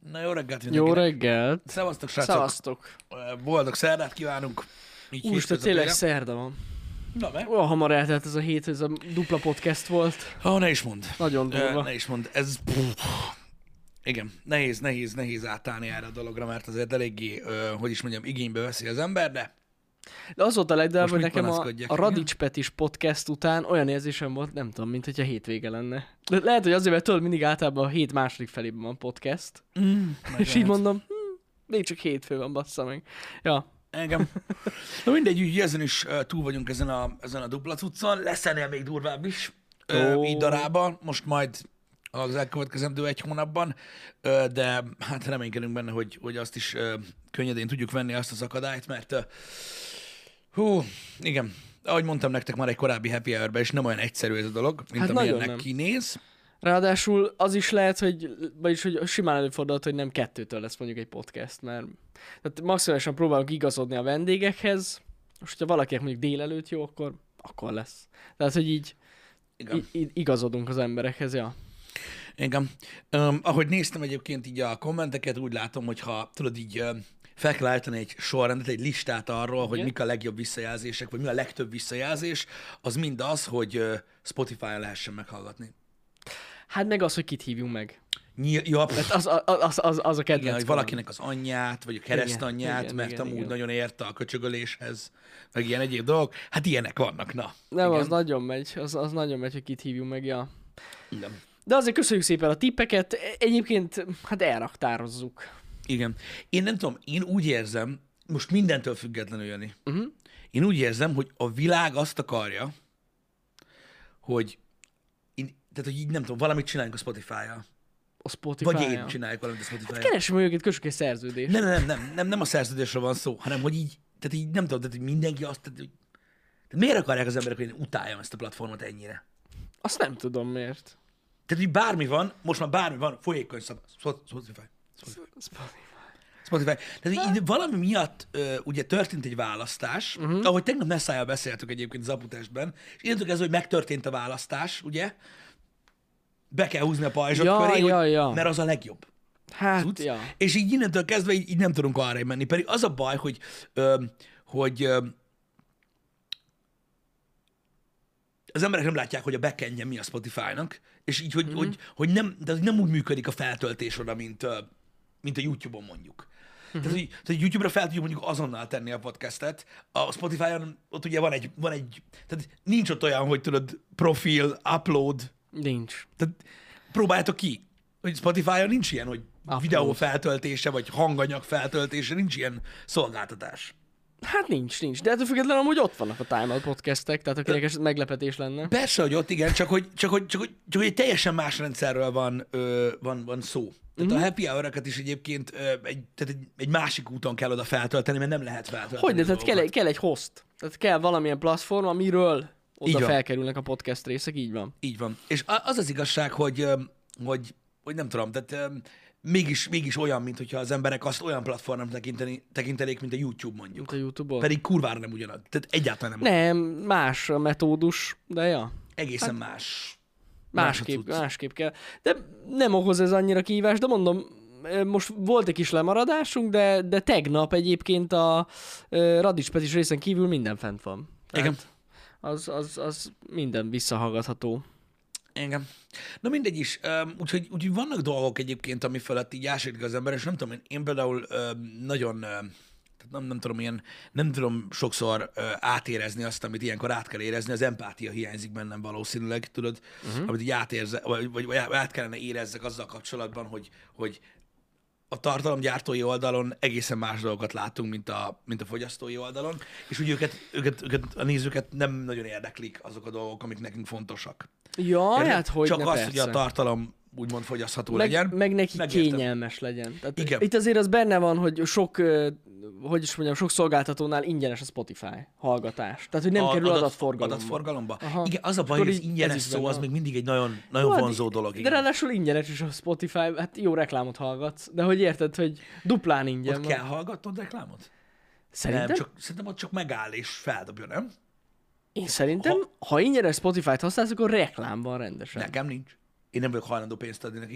Na jó reggelt Jó mindenkinek. reggelt. Szevasztok, srácok. Szevasztok. Boldog szerdát kívánunk. Így Úristen, tényleg szerda van. Na meg. Olyan hamar eltelt ez a hét, ez a dupla podcast volt. Ne is mondd. Nagyon durva. Ne is mondd. Ez... Igen, nehéz átállni erre a dologra, mert azért eléggé, hogy is mondjam, igénybe veszi az ember, de... De az volt a legdrább, hogy mit nekem panaszkodjak, a Radics Petis podcast után olyan érzésem volt, nem tudom, mint hogyha hétvége lenne. De lehet, hogy azért, mert tőle mindig általában a hét második felében van podcast. És így mondom, még csak hétfő van, bassza meg. Ja. Engem. Na mindegy, úgy ezen is túl vagyunk ezen a dupla cuccon. Lesz ennél még durvább is. Így darában. Most majd az elkövetkezendő egy hónapban, de hát reménykedünk benne, hogy azt is könnyedén tudjuk venni azt az akadályt, mert igen, ahogy mondtam nektek már egy korábbi happy hour-ben, és nem olyan egyszerű ez a dolog, mint Hát amilyennek kinéz. Ráadásul az is lehet, hogy simán előfordulhat, hogy nem kettőtől lesz mondjuk egy podcast, mert tehát maximálisan próbálok igazodni a vendégekhez, most ha valakinek mondjuk délelőtt jó, akkor lesz. Tehát, hogy így igazodunk az emberekhez, ja. Igen. Ahogy néztem egyébként így a kommenteket, úgy látom, hogyha tudod így fel kell állítani egy sorrendet, egy listát arról, hogy mik a legjobb visszajelzések, vagy mi a legtöbb visszajelzés, az mind az, hogy Spotify-on lehessen meghallgatni. Hát meg az, hogy kit hívjunk meg. Ja, az a kedvenc. Igen, hogy valakinek az anyját, vagy a keresztanyját, mert amúgy nagyon érte a köcsögöléshez, meg ilyen egyéb dolgok. Hát ilyenek vannak, na. Nem, igen. az nagyon megy, az nagyon megy, hogy kit hívjunk meg, ja. Igen. De azért köszönjük szépen a tippeket, egyébként hát elraktározzuk. Igen. Én nem tudom, én úgy érzem, most mindentől függetlenül jönni, én úgy érzem, hogy a világ azt akarja, hogy tehát, hogy így nem tudom, valamit csináljunk a Spotify-jal. A Spotify-jal? Vagy én csináljuk valamit a Spotify-jal. Hát keresem őket, kössük egy szerződést. Nem a szerződésről van szó, hanem hogy így, tehát így nem tudom, tehát hogy mindenki azt, tehát miért akarják az emberek, hogy én utáljam ezt a platformot ennyire? Azt nem tudom miért. Tehát, hogy bármi van, most már bármi van, folyékony Spotify. Tehát így valami miatt ugye történt egy választás, ahogy tegnap Messzájjal beszéltük egyébként az Aputestben, és innentől kezdve, hogy megtörtént a választás, ugye, be kell húzni a pajzsot köré, mert az a legjobb. Hát, tudsz? ja. És így innentől kezdve így nem tudunk arra menni. Pedig az a baj, hogy az emberek nem látják, hogy a backendje mi a Spotify-nak, és így, hogy nem úgy működik a feltöltés oda, mint a YouTube-on mondjuk. Tehát, hogy YouTube-ra fel tudjuk mondjuk azonnal tenni a podcastet, a Spotify-on ott ugye van egy, tehát nincs ott olyan, hogy tudod, profil, upload. Nincs. Tehát próbáljátok ki, hogy Spotify-on nincs ilyen, hogy videó feltöltése, vagy hanganyag feltöltése, nincs ilyen szolgáltatás. Hát nincs. De ettől függetlenül amúgy ott vannak a Time Out podcastek, tehát akinek ez meglepetés lenne. Persze, hogy ott igen, csak hogy egy teljesen más rendszerről van szó. Tehát a happy hour-öket is egyébként egy másik úton kell oda feltölteni, mert nem lehet feltölteni. Hogyne, tehát kell egy host. Tehát kell valamilyen platform, amiről oda felkerülnek a podcast részek, így van. Így van. És az az igazság, hogy nem tudom, tehát mégis olyan, mint hogyha az emberek azt olyan platformnak tekintenék, mint a YouTube mondjuk. Mint a YouTube-on. Pedig kurvára nem ugyanaz. Tehát egyáltalán nem. Nem, más a metódus, de ja. Egészen más. Másképp kell. De nem okoz ez annyira kihívást, de mondom, most volt egy kis lemaradásunk, de tegnap egyébként a Radics Petis részen kívül minden fent van. Igen. Az minden visszahallgatható. Igen. Na mindegy is, úgyhogy vannak dolgok egyébként, ami felett így ásítik az ember, és nem tudom, én például nagyon, nem tudom sokszor átérezni azt, amit ilyenkor át kell érezni, az empátia hiányzik bennem valószínűleg, tudod, amit így vagy át kellene érezzek azzal kapcsolatban, hogy a tartalomgyártói oldalon egészen más dolgokat látunk, mint a fogyasztói oldalon, és úgy őket a nézőket nem nagyon érdeklik azok a dolgok, amik nekünk fontosak. Ja, hát hogy csak ne, az, persze. hogy a tartalom úgymond fogyasztható legyen. Meg neki megértem. kényelmes legyen. Tehát igen. Itt azért az benne van, hogy sok szolgáltatónál ingyenes a Spotify hallgatás. Tehát, hogy nem kerül adatforgalomba. Igen, az a baj, hogy az ingyenes szó, az még mindig egy nagyon vonzó dolog. De ráadásul ingyenes is a Spotify, hát jó reklámot hallgatsz, de hogy érted, hogy duplán ingyen ott van. kell hallgatnod reklámot? Szerintem? Szerintem ott csak megáll és feldobja, nem? Én szerintem, ha ingyenes Spotify-t használsz, akkor reklám van rendesen. Nekem nincs. Én nem vagyok hajlandó pénzt adni nekik.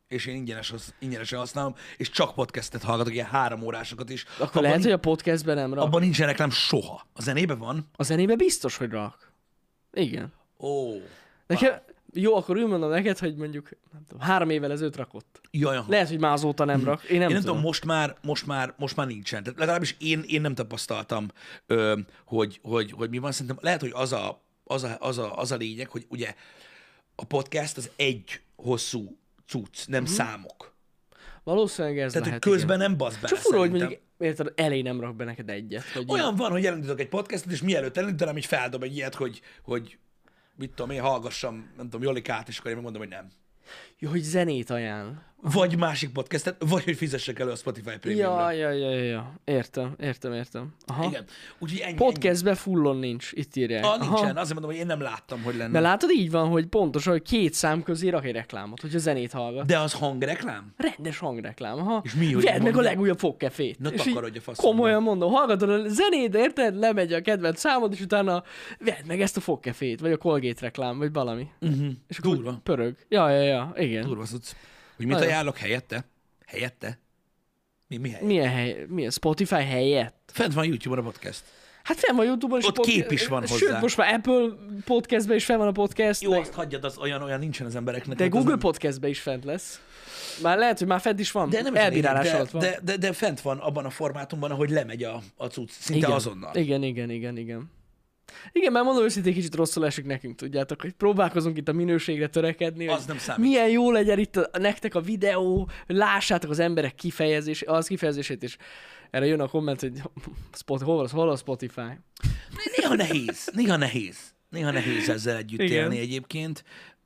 és én ingyenesen használom, és csak podcastet hallgatok, ilyen 3 órásokat is. Akkor lehet, hogy a podcastben nem rak. Abban nincsen reklám soha. A zenében van. A zenébe biztos, hogy rak. Igen. Ó. Nekem, jó, akkor úgy mondom neked, hogy mondjuk, nem tudom, 3 évvel ezelőtt rakott. Jaj, Lehet, hogy már azóta nem rak. Én nem tudom. Most már nincsen. Tehát legalábbis én nem tapasztaltam, hogy mi van. Szerintem lehet, hogy az a lényeg, hogy ugye a podcast az egy hosszú cucc, nem számok. Valószínűleg ez Tehát, lehet, hogy közben igen. nem basz bele. Csak fura, hogy szerintem. mondjuk, érted, elé nem rak be neked egyet. Vagy Olyan van, hogy elindítok egy podcastot, és mielőtt elindítanám, így feldob egy ilyet, hogy mit tudom én, hallgassam, nem tudom, Jolikát, és akkor én megmondom, hogy nem. Jó, hogy zenét ajánl. Vagy másik podcastet, vagy hogy fizessek elő a Spotify Premiumra. Ja. Értem. Aha. Igen. Úgyhogy ennyi. Podcastben fullon nincs, itt írják. Nincsen, azért mondom, hogy én nem láttam, hogy lenne. De látod, így van, hogy pontosan, hogy 2 szám közé rak egy reklámot, hogyha zenét hallgat. De az hangreklám? Rendes hangreklám, aha. És mi, hogy Vedd meg mondja? a legújabb fogkefét. Na És így takarodj a faszomba. komolyan mondom, hallgatod a zenét, érted? Lemegy a kedvenc számod, és utána vedd meg ezt a fogkefét, vagy a Colgate reklám, vagy valami. És akkor Durva. pörög. Ja, igen. Durva cucc. Hogy mit Nagyon. ajánlok helyette? Helyette? Mi helyett? Milyen hely? Milyen Spotify helyett? Fent van YouTube-on a podcast. Hát fenn van YouTube-on, és Ott a kép is van Sőt, hozzá. most már Apple podcastben is fenn van a podcast. Jó, meg- azt hagyjad, az olyan nincsen az embereknek. De hát az Google nem- podcastben is fent lesz. Már lehet, hogy már fent is van. De nem ez a lényeg, elbírálás alatt van. de fent van abban a formátumban, ahogy lemegy a cucc. Szinte azonnal. Igen. Igen, már mondom őszintén, kicsit rosszul esik nekünk, tudjátok, hogy próbálkozunk itt a minőségre törekedni, Az hogy nem számít. milyen jó legyen itt nektek a videó, hogy lássátok az emberek kifejezését, és erre jön a komment, hogy hol a Spotify? Néha nehéz ezzel együtt Igen. élni egyébként.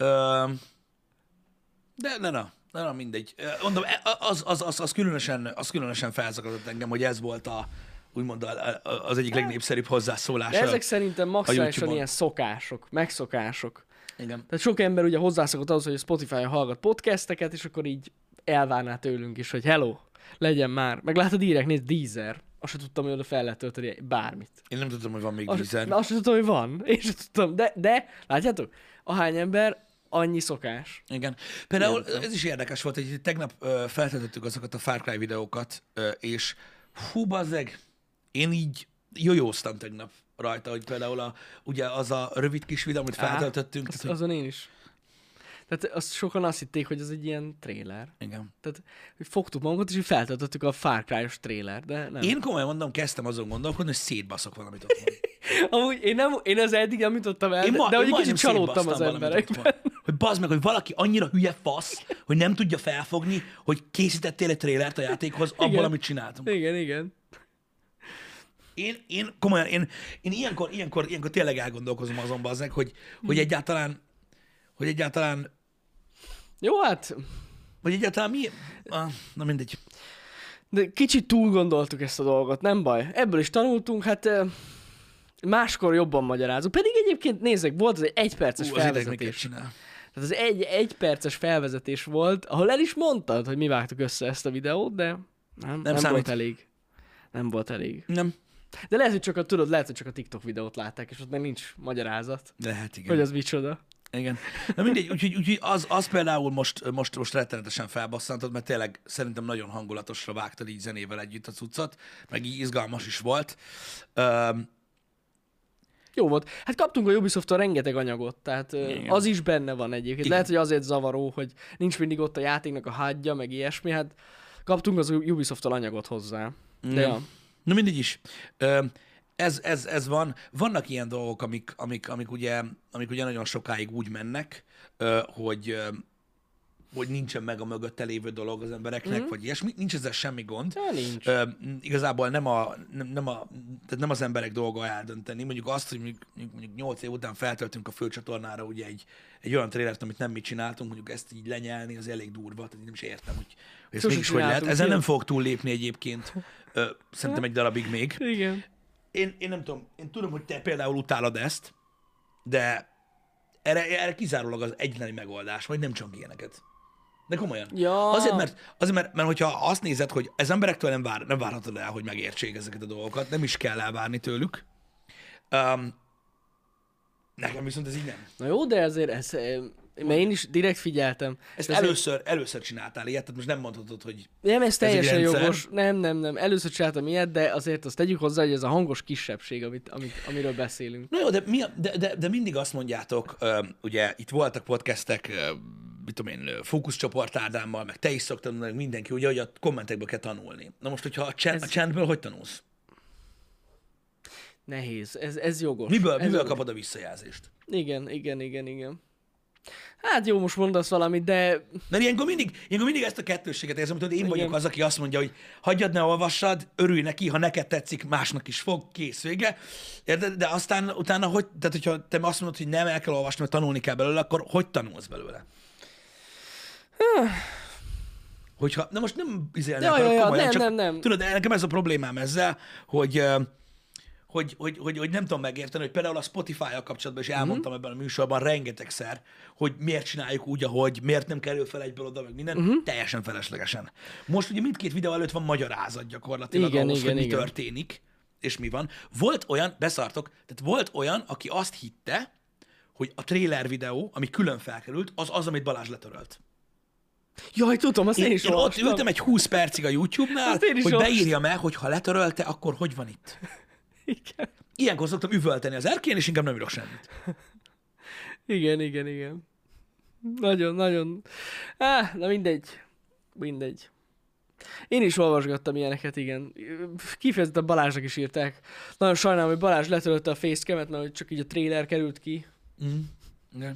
De na, mindegy. Mondom, az különösen felzakadott engem, hogy ez volt úgymond az egyik legnépszerűbb hozzászólás. De ezek szerintem maximálisan YouTube-on. ilyen szokások, megszokások. Igen. Tehát sok ember ugye hozzászokott ahhoz, hogy Spotify-on hallgat podcasteket, és akkor így elvárná tőlünk is, hogy hello, legyen már. Meg látod, írják, nézd, Deezer. Azt sem tudtam, hogy oda fel lehet tölteni bármit. Én nem tudtam, hogy van még Azt Deezer. sem tudtam, hogy van. Én sem tudtam. De látjátok? Ahány ember, annyi szokás. Igen. Például Nem tudom. ez is érdekes volt, hogy tegnap feltöltöttük azokat a Far Cry videókat, és hú, bazzeg, én így jojóztam tegnap rajta, hogy például ugye az a rövid kis videó, amit feltöltöttünk. Tehát, hogy... Azon én is. Tehát azt sokan azt hitték, hogy ez egy ilyen tréler. Igen. Tehát, hogy fogtuk magunkat, és így feltöltöttük a Far Cry-os tréler, de nem. Én komolyan mondom, kezdtem azon gondolkodni, hogy szétbaszok valamit ott. Amúgy én az eddig nem jutottam el, Én de hogy egy majdnem kicsit csalódtam az szétbasztam valamit emberekben. otthon. Hogy bazd meg, hogy valaki annyira hülye fasz, hogy nem tudja felfogni, hogy készítettél egy trélert a játékhoz abból, Igen. amit csináltunk. Igen. Én komolyan, én ilyenkor tényleg elgondolkozom azon, bazzeg, hogy egyáltalán Jó, hát, mi... Na mindegy. de kicsit túl gondoltuk ezt a dolgot, nem baj. Ebből is tanultunk, hát máskor jobban magyarázunk. Pedig egyébként nézzek, volt az egy 1 perces Az ideg miket felvezetés. csinál. Tehát az egy perces felvezetés volt, ahol el is mondtad, hogy mi vágtuk össze ezt a videót, de nem számít. volt elég. Nem volt elég. Nem. De lehet, hogy csak a TikTok videót látták, és ott meg nincs magyarázat, Lehet, igen. hogy az micsoda. Igen. Na mindegy, úgyhogy az például most rettenetesen felbasszantod, mert tényleg szerintem nagyon hangulatosra vágtad így zenével együtt a cuccot, meg így izgalmas is volt. Jó volt. Hát kaptunk a Ubisofttól rengeteg anyagot, tehát Igen. az is benne van egyébként. Igen. Lehet, hogy azért zavaró, hogy nincs mindig ott a játéknak a hádja, meg ilyesmi, hát kaptunk az Ubisofttól anyagot hozzá. De ja. Na mindegy is. Ez van. Vannak ilyen dolgok, amik ugye nagyon sokáig úgy mennek, hogy nincsen meg a mögötte lévő dolog az embereknek, vagy ilyesmi. Nincs ezzel semmi gond. De nincs. Igazából tehát nem az emberek dolga eldönteni. Mondjuk azt, hogy mondjuk 8 év után feltöltünk a főcsatornára ugye egy olyan trélert, amit nem mi csináltunk, mondjuk ezt így lenyelni, az elég durva. Tehát én nem is értem, hogy ezt Sose mégis hogy lehet. csináltunk Ezzel nem ilyet. fog túllépni egyébként. Szerintem egy darabig még. Igen. Én nem tudom, én tudom, hogy te például utálod ezt, de erre kizárólag az egyetlen megoldás, vagy nem csak ilyeneket. De komolyan. Ja. Azért, mert hogyha azt nézed, hogy ez emberektől nem várhatod el, hogy megértsék ezeket a dolgokat, nem is kell elvárni tőlük. Nekem viszont ez így nem. Na jó, de ezért Mert én is direkt figyeltem. Ezt De először csináltál ilyet, tehát most nem mondhatod, hogy nem, ez teljesen egy rendszer. jogos. Nem. Először csináltam ilyet, de azért azt tegyük hozzá, hogy ez a hangos kisebbség, amiről beszélünk. Na jó, de mindig azt mondjátok, ugye itt voltak podcastek, mit tudom én, fókuszcsoport Ádámmal, meg te is szoktad mondani, mindenki, ugye, hogy a kommentekből kell tanulni. Na most, hogyha a csendből hogy tanulsz? Nehéz, ez jogos. Miből kapod a visszajelzést? Igen. Hát jó, most mondasz valamit, de... Mert ilyenkor mindig ezt a kettősséget érzem, hogy én vagyok Igen. az, aki azt mondja, hogy hagyjad, ne olvassad, örülj neki, ha neked tetszik, másnak is fog, kész, vége. Érted? De aztán utána, tehát hogyha te azt mondod, hogy nem el kell olvasni, mert tanulni kell belőle, akkor hogy tanulsz belőle? Hogyha, na most nem izélni akarok komolyan, csak nem. tudod, nekem ez a problémám ezzel, hogy nem tudom megérteni, hogy például a Spotify-jal kapcsolatban is elmondtam ebben a műsorban rengetegszer, hogy miért csináljuk úgy, ahogy, miért nem kerül fel egyből oda, meg minden, teljesen feleslegesen. Most ugye mindkét videó előtt van magyarázat gyakorlatilag ahhoz, hogy mi történik, és mi van. Volt olyan, beszartok, tehát volt olyan, aki azt hitte, hogy a trailer videó, ami külön felkerült, az, amit Balázs letörölt. Jaj, tudom, azt én is Én ott olvastam. ültem egy 20 percig a YouTube-nál, Azt én is hogy olvastam. beírja meg, hogy ha letörölte, akkor hogy van itt. Igen. Ilyenkor szoktam üvölteni az erkélyen, és inkább nem írok semmit. Igen. Nagyon. Na mindegy. Én is olvasgattam ilyeneket, igen. Kifejezetten Balázsnak is írták. Nagyon sajnálom, hogy Balázs letörölte a facecam-et, mert hogy csak így a trailer került ki. Igen.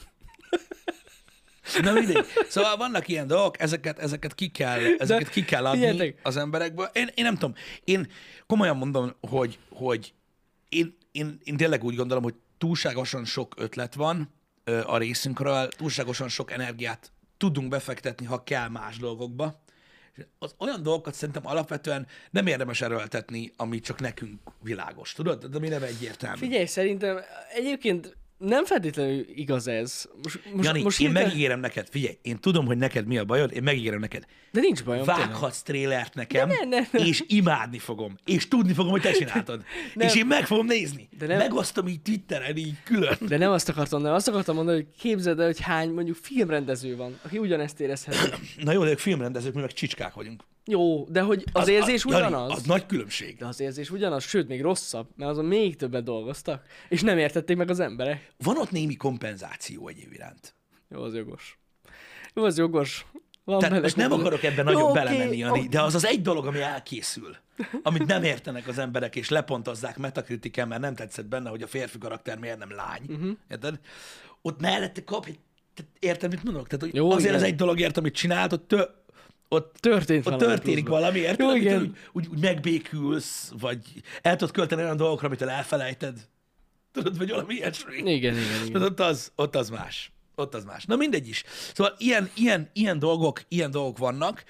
Na mindegy. Szóval vannak ilyen dolgok, ezeket ki kell adni figyeljetek. az emberekből. Én nem tudom. Én komolyan mondom, hogy én tényleg úgy gondolom, hogy túlságosan sok ötlet van a részünkről, túlságosan sok energiát tudunk befektetni, ha kell más dolgokba. Az olyan dolgokat szerintem alapvetően nem érdemes erőltetni, ami csak nekünk világos, tudod? De ami nem egyértelmű. Figyelj, szerintem egyébként nem feltétlenül igaz ez. Jani, én megígérem neked, figyelj, én tudom, hogy neked mi a bajod, én megígérem neked. De nincs bajom. Vághatsz trélert nekem, nem. és imádni fogom. És tudni fogom, hogy te csináltad. És én meg fogom nézni. De nem. Megosztom így Twitteren, így külön. De nem azt akartam, azt akartam mondani, hogy képzeld el, hogy hány mondjuk filmrendező van, aki ugyanezt érezheti. Na jó, de ők filmrendezők, mi meg csicskák vagyunk. Jó, de hogy az érzés Jani, ugyanaz. az nagy különbség. De az érzés ugyanaz, sőt, még rosszabb, mert azon még többet dolgoztak, és nem értették meg az emberek. Van ott némi kompenzáció egyéb iránt. Jó, az jogos. Jó, az jogos. Van Tehát bele most nem akarok ebben nagyon Jó, belemenni, Jani, oké. de az egy dolog, ami elkészül, amit nem értenek az emberek, és lepontozzák Metacritiken, mert nem tetszett benne, hogy a férfi karakter miért nem lány. Érted? Ott mellette kap egy... Érted, mit mondok? Tehát, hogy Jó, azért igen. az egy dologért, amit csinált, ott Történt ott valami történik pluszban. valami, érted? Jó, Amitől igen. úgy megbékülsz, vagy el tudod költeni olyan dolgokra, amitől elfelejted. Tudod, vagy valami ilyesmi. Igen. Tehát ott az más. Ott az más. Na mindegy is. Szóval ilyen dolgok vannak.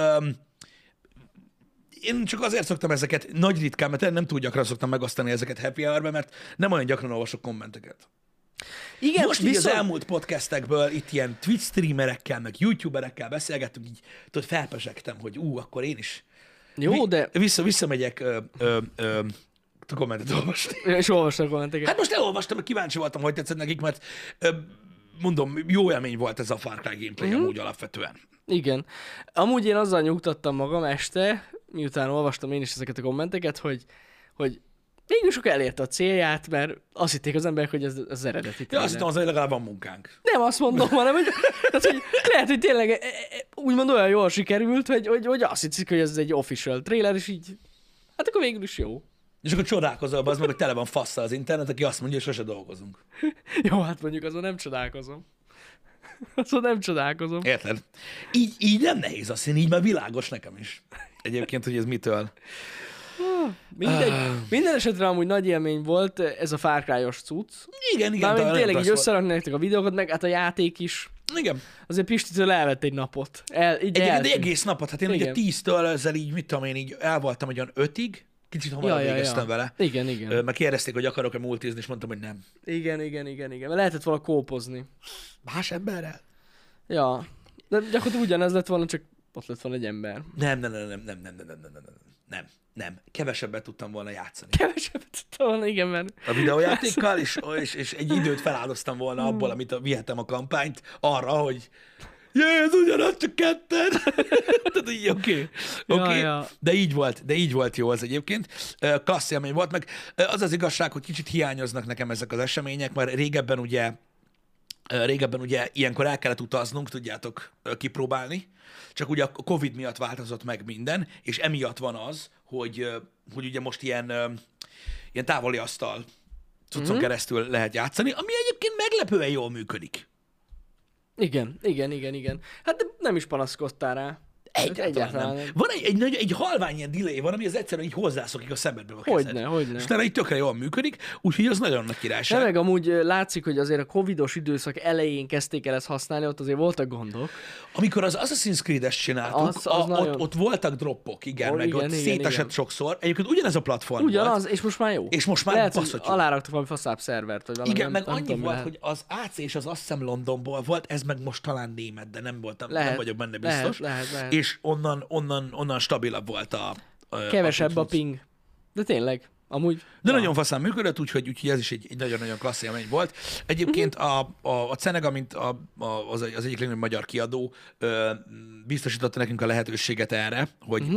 Én csak azért szoktam ezeket nagy ritkán, mert nem túl gyakran szoktam megosztani ezeket happy hour-ben, mert nem olyan gyakran olvasok kommenteket. Igen, Most így az elmúlt podcastekből itt ilyen Twitch streamerekkel, meg youtuberekkel beszélgettünk, így tudod, felpesegtem, hogy akkor én is. Jó, de... Visszamegyek a kommentet olvasni. És olvastam a kommenteket. Hát most elolvastam, mert kíváncsi voltam, hogy tetszett nekik, mert mondom, jó élmény volt ez a Far Cry gameplay amúgy alapvetően. Igen. Amúgy én azzal nyugtattam magam este, miután olvastam én is ezeket a kommenteket, hogy végül sok elérte a célját, mert azt hitték az emberek, hogy ez az eredeti Ja, trailer. azt hittem, hogy legalább van munkánk. Nem azt mondom, hanem hogy, tehát, hogy lehet, hogy tényleg úgymond olyan jól sikerült, hogy azt hiszik, hogy ez egy official trailer, és így, hát akkor végül is jó. És akkor csodálkozol be, az meg, hogy tele van fasszal az internet, aki azt mondja, hogy sose dolgozunk. Jó, hát mondjuk azon nem csodálkozom. Azon nem csodálkozom. Érted? Így nem nehéz azt hinni, így már világos nekem is. Egyébként, hogy ez mitől. Mindegy. Minden esetre amúgy nagy élmény volt ez a Far Cry-os cucc. Igen. Mármint nagyon tényleg így klassz volt. összerakni nektek a videókat, meg hát a játék is. Igen. Azért Pistitől elvett egy napot. Így Egyébként egész napot, hát én ugye Igen. 10-től ezzel így, mit tudom én, így el voltam olyan 5-ig, kicsit hamarabb végeztem vele. Igen. Meg kérdezték, hogy akarok-e multizni, és mondtam, hogy nem. Igen. Mert lehetett volna kópozni. Más emberrel? Ja. De gyakorlatilag ugyanez lett volna, csak ott lett volna egy ember. Nem. Nem. Kevesebbet tudtam volna játszani. Kevesebbet tudtam volna, igen, mert... A videójátékkal, és egy időt feláldoztam volna abból, amit vihetem a kampányt, arra, hogy ez ugyanaz, csak ketten. Tehát így, oké. Ja. De így volt jó az egyébként. Klassz élmény volt, meg az az igazság, hogy kicsit hiányoznak nekem ezek az események, mert régebben ugye ilyenkor el kellett utaznunk, tudjátok, kipróbálni, csak ugye a Covid miatt változott meg minden, és emiatt van az, hogy ugye most ilyen távoli asztal cuccon keresztül lehet játszani, ami egyébként meglepően jól működik. Igen. Hát de nem is panaszkodtál rá. Egyáltalán nem. Van egy halvány ilyen delay van, ami az egyszerűen így hozzászokik a szemedbe a kezed. Hogyne. És utána így tökre jól működik, úgyhogy az nagyon nagy királyság. De meg amúgy látszik, hogy azért a covidos időszak elején kezdték el ezt használni, ott azért voltak gondok. Amikor az Assassin's Creed-est csináltuk, ott voltak droppok, igen, meg ott szétesett sokszor. Egyébként ugyanez a platform ugyanaz, volt. És most már jó. És most már lehet, hogy aláraktak valami faszább szervert, vagy valami. Igen, meg annyi volt, hogy az AC és az azt hiszem Londonból volt, ez meg most talán német, de nem vagyok benne biztos. Lehet. És onnan stabilabb volt a kevesebb a ping. De tényleg, amúgy... De nagyon faszán működött, úgyhogy ez is egy nagyon-nagyon klassz élmény volt. Egyébként a Cenega, mint az egyik legnagyobb magyar kiadó, biztosította nekünk a lehetőséget erre,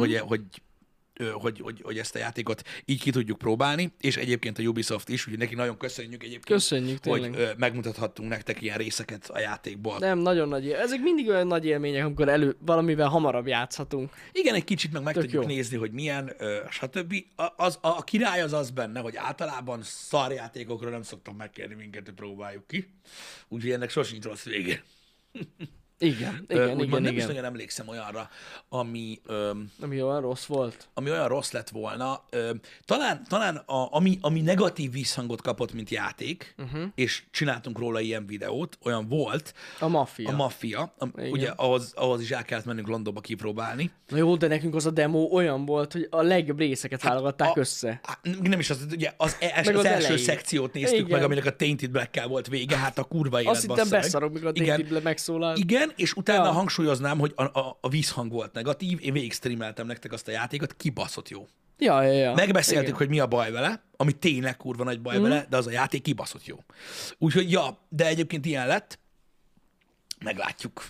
hogy ezt a játékot így ki tudjuk próbálni, és egyébként a Ubisoft is, úgyhogy neki nagyon köszönjük egyébként, köszönjük, hogy megmutathattunk nektek ilyen részeket a játékból. Nem, nagyon nagy ezek mindig olyan nagy élmények, amikor valamivel hamarabb játszhatunk. Igen, egy kicsit meg tudjuk nézni, hogy milyen, stb. A király az benne, hogy általában szarjátékokra nem szoktam megkérni minket, hogy próbáljuk ki, úgyhogy ennek sosincs rossz vége. Igen. Nem is nagyon emlékszem olyanra, ami olyan rossz volt. Ami olyan rossz lett volna. Talán ami negatív visszhangot kapott, mint játék, és csináltunk róla ilyen videót, olyan volt. A Mafia. Ugye ahhoz is el kellett mennünk Londonba kipróbálni. Na jó, de nekünk az a demo olyan volt, hogy a legjobb részeket válogatták össze. Nem is az, ugye az első szekciót néztük meg, aminek a Tainted Black-kel volt vége, hát a kurva élet. Azt hittem beszarok, mikor a Tainted Black megszólal. Igen, és utána hangsúlyoznám, hogy a vízhang volt negatív, én végig streameltem nektek azt a játékot, kibaszott jó. Ja. Megbeszéltük, hogy mi a baj vele, ami tényleg kurva nagy baj vele, de az a játék kibaszott jó. Úgyhogy de egyébként ilyen lett. Meglátjuk.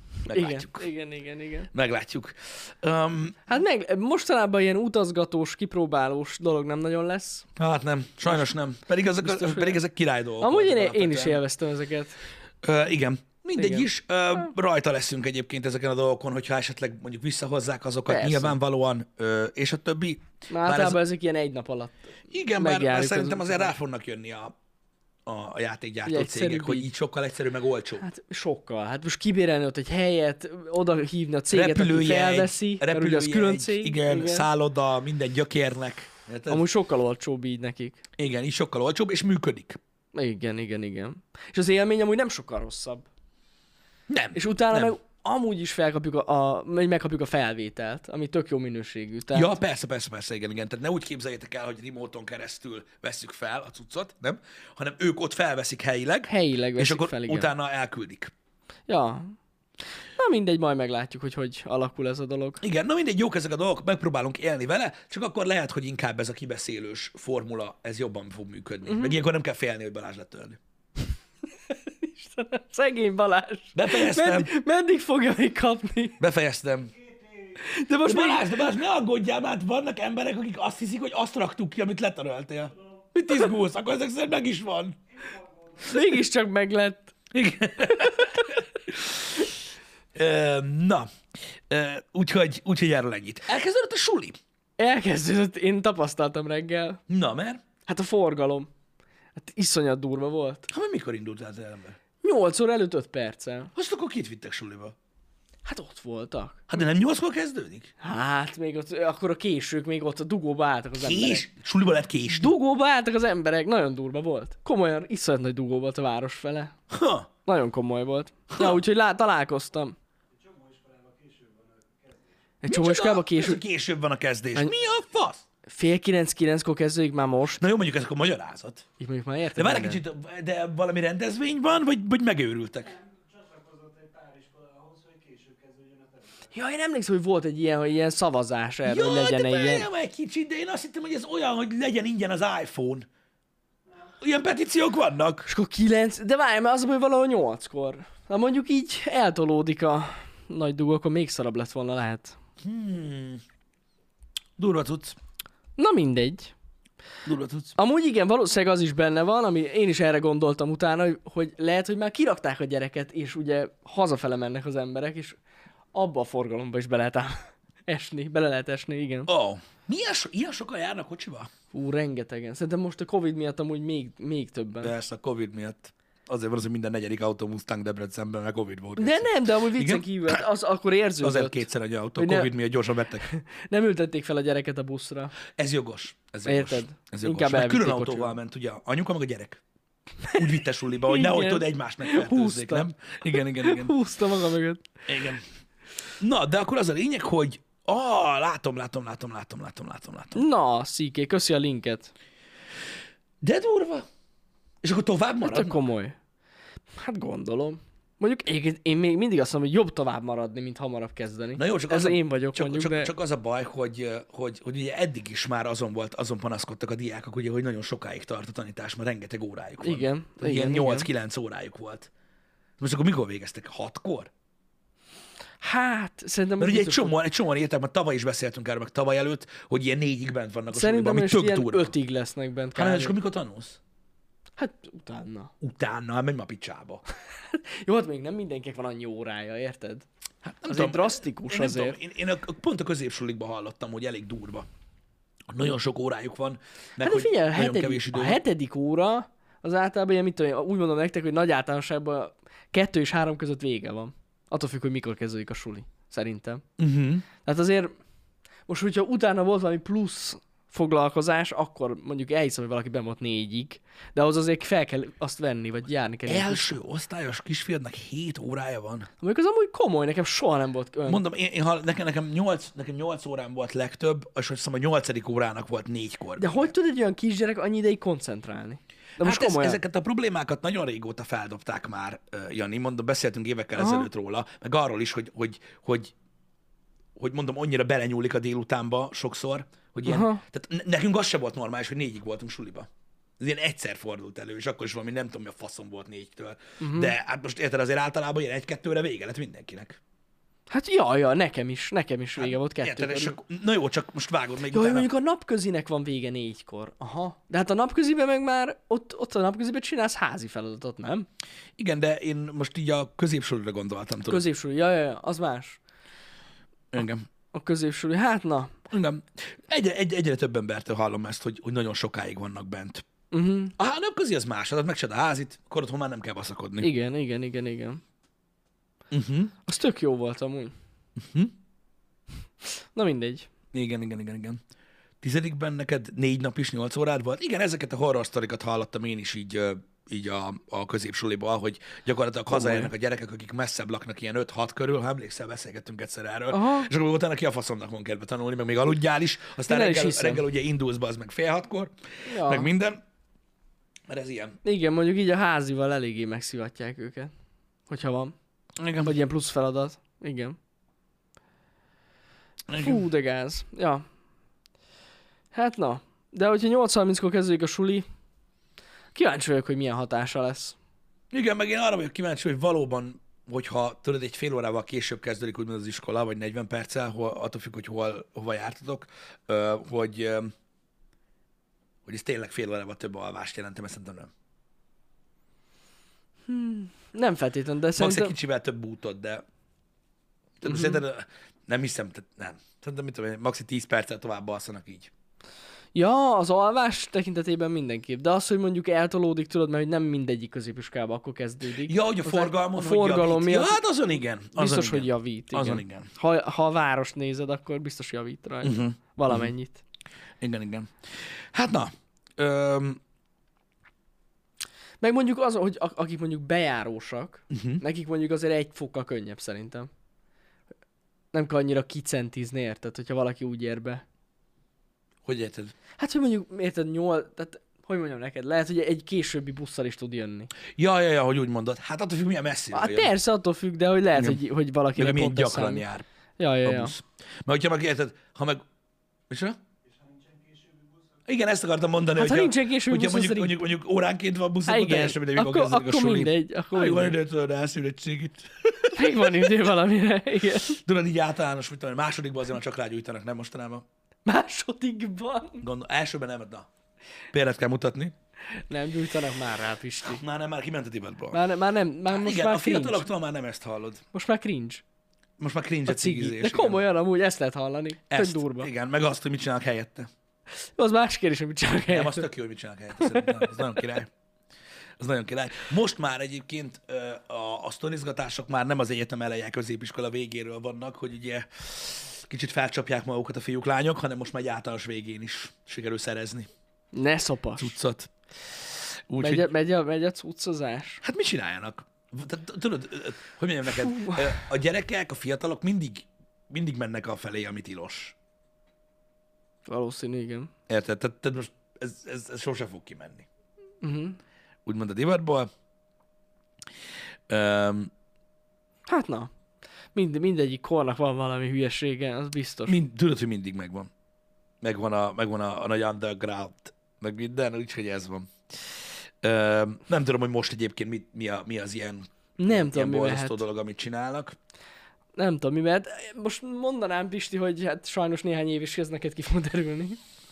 Igen. Meglátjuk. Hát mostanában ilyen utazgatós, kipróbálós dolog nem nagyon lesz. Hát nem, sajnos nem. Pedig ezek király dolgok. Amúgy én is élveztem ezeket. Igen. Mindegy is, rajta leszünk egyébként ezeken a dolgokon, hogyha esetleg mondjuk visszahozzák azokat, persze. Nyilvánvalóan, és a többi. Általában ezek ilyen egy nap alatt. Igen, bár szerintem azért rá fognak jönni a játékgyártó cégek, hogy így sokkal egyszerűbb, meg olcsó. Hát sokkal. Hát most kibérelni ott egy helyet, oda hívni a céget, aki felveszi, mert ugye az külön cég. Igen, szálloda, minden gyökérnek. Amúgy sokkal olcsóbb így nekik. Igen, így sokkal olcsóbb, és működik. Igen. És az élmény amúgy nem sokkal rosszabb. Nem. És utána meg amúgy is megkapjuk a felvételt, ami tök jó minőségű. Tehát... Ja, persze, igen. Tehát ne úgy képzeljétek el, hogy remote-on keresztül vesszük fel a cuccot, nem? Hanem ők ott felveszik helyileg és akkor fel, utána elküldik. Ja. Na mindegy, majd meglátjuk, hogy alakul ez a dolog. Igen, na mindegy, jók ezek a dolgok, megpróbálunk élni vele, csak akkor lehet, hogy inkább ez a kibeszélős formula, ez jobban fog működni. Meg ilyenkor nem kell félni, hogy Balázs letörni. Istenem, szegény Balázs. Befejeztem. Meddig fogja még kapni? Befejeztem. De most Balázs, ne aggódjál, mert vannak emberek, akik azt hiszik, hogy azt raktuk ki, amit letöröltél. Mit izgulsz? Akkor ezek szerint meg is van. Mégiscsak meglett. Igen. Úgyhogy erről ennyit. Elkezdődött a suli? Elkezdődött, én tapasztaltam reggel. Na, mert? Hát a forgalom. Hát iszonyat durva volt. Hát mikor indultál az ember? 8 óra előtt 5 perccel. Azt akkor kit vittek suliba? Hát ott voltak. Hát de nem 8-kor kezdődik? Hát még ott, akkor a késők még ott a dugóba álltak az emberek. Suliba lett kés? Dugóba álltak az emberek, nagyon durva volt. Komolyan, iszonyat nagy dugó volt a város fele. Ha. Nagyon komoly volt. Ja, úgyhogy találkoztam. Egy csomó iskolában később. Később van a kezdés. Mi a fasz? 8:30-9-kor kezdődik már most. Na jó, mondjuk ezek a magyarázat. Így mondjuk már érted. De várj egy kicsit, de valami rendezvény van, vagy megőrültek? Csatlakozott egy pár iskola ahhoz, hogy később kezdődjön a terület. Ja, én emlékszem, hogy volt egy ilyen szavazás erről, hogy Jaj, legyen de egy ilyen... várjál egy kicsit, de én azt hittem, hogy ez olyan, hogy legyen ingyen az iPhone. Ilyen petíciók vannak. És akkor 9, de várj, mert az, hogy valahol 8-kor. Na mondjuk így eltolódik a nagy dugó, akkor még szarabb lett volna lehet. Durva cucc. Na mindegy. Durva cucc. Amúgy igen, valószínűleg az is benne van, ami én is erre gondoltam utána, hogy lehet, hogy már kirakták a gyereket, és ugye hazafele mennek az emberek, és abba a forgalomba is bele lehet esni, igen. Ilyen sokan járnak kocsiba? Hú, rengetegen. Szerintem most a Covid miatt amúgy még többen. Persze, a Covid miatt. Azért van az, hogy minden negyedik autó Mustang Debrecenben, mert Covid volt. De nem, de amúgy viccen Igen? kívül, hát az akkor érződött. Azért kétszer egy autó, Hogy ne- Covid miatt gyorsan vettek. Nem ültették fel a gyereket a buszra. Ez jogos. Ez jogos. Érted? Ez jogos. Inkább Mert külön elvitték autóval kocsival. ment, ugye, anyuka meg a gyerek. Úgy vitte suliba, hogy nehogy Igen. tudod egymást megfertőzzék, Húzta. nem? Igen. Húzta maga mögött. Igen. Na, de akkor az a lényeg, hogy látom. Na, Szíké, köszi a linket. De durva. És akkor tovább Hát marad? tök komoly. Hát gondolom. Mondjuk én még mindig azt mondom, hogy jobb tovább maradni, mint hamarabb kezdeni. Na jó, csak Ez az én vagyok, mondjuk, de... csak az a baj, hogy ugye eddig is már azon panaszkodtak a diákok, ugye, hogy nagyon sokáig tart a tanítás, mert rengeteg órájuk van. Igen, Tehát igen, ilyen igen. 8-9 órájuk volt. Most akkor mikor végeztek? 6-kor? Hát, szerintem... Mert ugye egy biztos, csomóan írták, mert tavaly is beszéltünk erről, meg tavaly előtt, hogy ilyen 4-ig bent vannak a suliban, Szerintem ami most tök ilyen durva. 5-ig lesznek bent. Hát, és kb. akkor mikor tanulsz? Hát utána. Utána, hát menj ma a picsába. Jó, hát még nem mindenkinek van annyi órája, érted? Hát Az egy drasztikus én nem azért. Tudom, én pont a középsulikban hallottam, hogy elég durva. Nagyon sok órájuk van, meg Hát de hogy figyelj, nagyon kevés idő a van. 7. óra az általában ilyen, mit tudom én, úgy mondom nektek, hogy nagy általánosságban 2 és 3 között vége van. Attól függ, hogy mikor kezdődik a suli, szerintem. Tehát azért most, hogyha utána volt valami plusz foglalkozás, akkor mondjuk elhiszem, hogy valaki benn volt 4-ig, de ahhoz azért fel kell azt venni, vagy járni kell. Első osztályos kisfiadnak 7 órája van. Mondjuk az amúgy komoly, nekem soha nem volt olyan. Mondom, nekem 8 órám volt legtöbb, és azt hiszem a 8. órának volt 4-kor. De hogy tud egy olyan kisgyerek annyi ideig koncentrálni? De most Hát komolyan. ezeket a problémákat nagyon régóta feldobták már, Jani, mondom, beszéltünk évekkel ezelőtt róla, meg arról is, hogy mondom, annyira belenyúlik a délutánba sokszor, hogy ilyen, tehát nekünk az se volt normális, hogy 4-ig voltunk suliba. Ez ilyen egyszer fordult elő, és akkor is valami nem tudom, mi a faszom volt 4-től. De hát most érted, azért általában ilyen 1-2-re vége lett mindenkinek. Hát ja, nekem is vége volt 2 Érted, és körül. na jó, csak most vágod még Jó, hogy utána. mondjuk a napközinek van vége 4-kor. Aha. De hát a napköziben meg már ott a napköziben csinálsz házi feladatot, nem? Igen, de én most így a középsulira gondoltam, tudod. Középsúly, ja, az más. Engem. A középsúly, hát na. Igen. Egyre több embertől hallom ezt, hogy nagyon sokáig vannak bent. A napközi az más, hát megcsinálod a házit, akkor otthon már nem kell baszakodni. Igen. Az tök jó volt amúgy. Na mindegy. Igen. 10-ben neked 4 nap is 8 órád volt? Igen, ezeket a horror sztorikat hallottam én is így a középsuliból, hogy gyakorlatilag hazaérnek a gyerekek, akik messzebb laknak ilyen 5-6 körül, ha emlékszel, beszélgettünk egyszer erről, Aha. és akkor utána ki a faszomnak van kedve tanulni, meg még aludjál is, aztán Én el is hiszem. reggel ugye indulsz be, az meg fél 6-kor, Ja. meg minden, mert ez ilyen. Igen, mondjuk így a házival eléggé megszivatják őket. Hogyha van. Igen. Vagy ilyen plusz feladat. Igen. Fú, de gáz. Ja. Hát na. De hogyha 8:30-kor kezdődik a suli, kíváncsi vagyok, hogy milyen hatása lesz. Igen, meg én arra vagyok kíváncsi, hogy valóban, hogyha tudod, egy fél órával később kezdődik, úgy, mint az iskola, vagy 40 perccel, attól függ, hogy hova jártatok, hogy ez tényleg fél órával több alvást jelentem, ezt szerintem nem. Nem feltétlenül, de Max egy szerintem... kicsivel több útod, de szerintem nem hiszem, tehát nem. Szerintem, mit tudom én, maxi 10 perccel tovább alszanak így. Ja, az alvás tekintetében mindenképp. De az, hogy mondjuk eltolódik, tudod, mert hogy nem mindegyik középiskolába akkor kezdődik. Ja, hogy a forgalmon, a forgalom hogy javít. miatt Ja, hát azon igen. biztos, hogy javít. Igen. Azon igen. Ha a város nézed, akkor biztos javít rajta. Valamennyit. Igen. Hát na, Meg mondjuk az, hogy akik mondjuk bejárósak, nekik mondjuk azért egy fokkal könnyebb szerintem. Nem kell annyira kicentizni, érted, hogyha valaki úgy ér be. hogy érted? Hát, hogy mondjuk, érted, tehát, hogy mondjam neked, lehet, hogy egy későbbi busszal is tud jönni. Ja, hogy úgy mondod. Hát attól függ, milyen messziről Hát jön. persze, attól függ, de hogy lehet, hogy valaki Meg milyen pont ez gyakran számít. jár. Ja. busz. Mert hogyha meg érted, ha meg... Micsoda? Igen, ezt akartam mondani, Hát, ha hogyha, nincsen később hogyha busz, az mondjuk óránként van busz, Hát akkor igen, teljesen mindegy, mikor kezdődik a akkor suli. mindegy, akkor Még van mindegy. időt, tudod, elszívni egy cigit. Még van idő valamire, igen. Tudod, így általános, mit tudom, másodikban azért már csak rágyújtanak, nem mostanában. Másodikban. Elsőben nem, na. Példát kell mutatni. Nem gyújtanak már rá, Pisti. Már kiment a divatból. Már nem, már most Igen, már a cringe. fiataloktól már nem ezt hallod. Most már cringe. Most már cringe A a cigi. cigizés. De igen. komolyan amúgy ezt lehet hallani. Tök Ezt, durva. igen, meg azt, hogy mit csinálnak helyette. Az más kérdés, hogy mit csinálnak Nem, az helyette. tök jó, hogy mit csinálnak helyette. Szerintem. Az nagyon király. Az nagyon király. Most már egyébként a sztorizgatások már nem az egyetem eleje, középiskola végéről vannak, hogy ugye kicsit felcsapják magukat a fiúk, lányok, hanem most már egy általános végén is sikerül szerezni Ne szopas. cuccot. Megy a cuccozás. Hát mit csináljanak? Tudod, hogy mondjam neked, a gyerekek, a fiatalok mindig mennek a felé, ami tilos. Valószínű, igen. Érted? Tehát most ez sose fog kimenni. Uh-huh. Úgymond a divatból. Hát na. Mindegyik kornak van valami hülyesége, az biztos. Tudod, hogy mindig megvan. Megvan a nagy underground, meg minden, úgyhogy ez van. Nem tudom, hogy most egyébként mi az ilyen Nem tudom, mi borzasztó mehet. dolog, amit csinálnak. Nem tudom, mi mehet. Most mondanám, Pisti, hogy hát sajnos néhány év is ez neked ki fog derülni.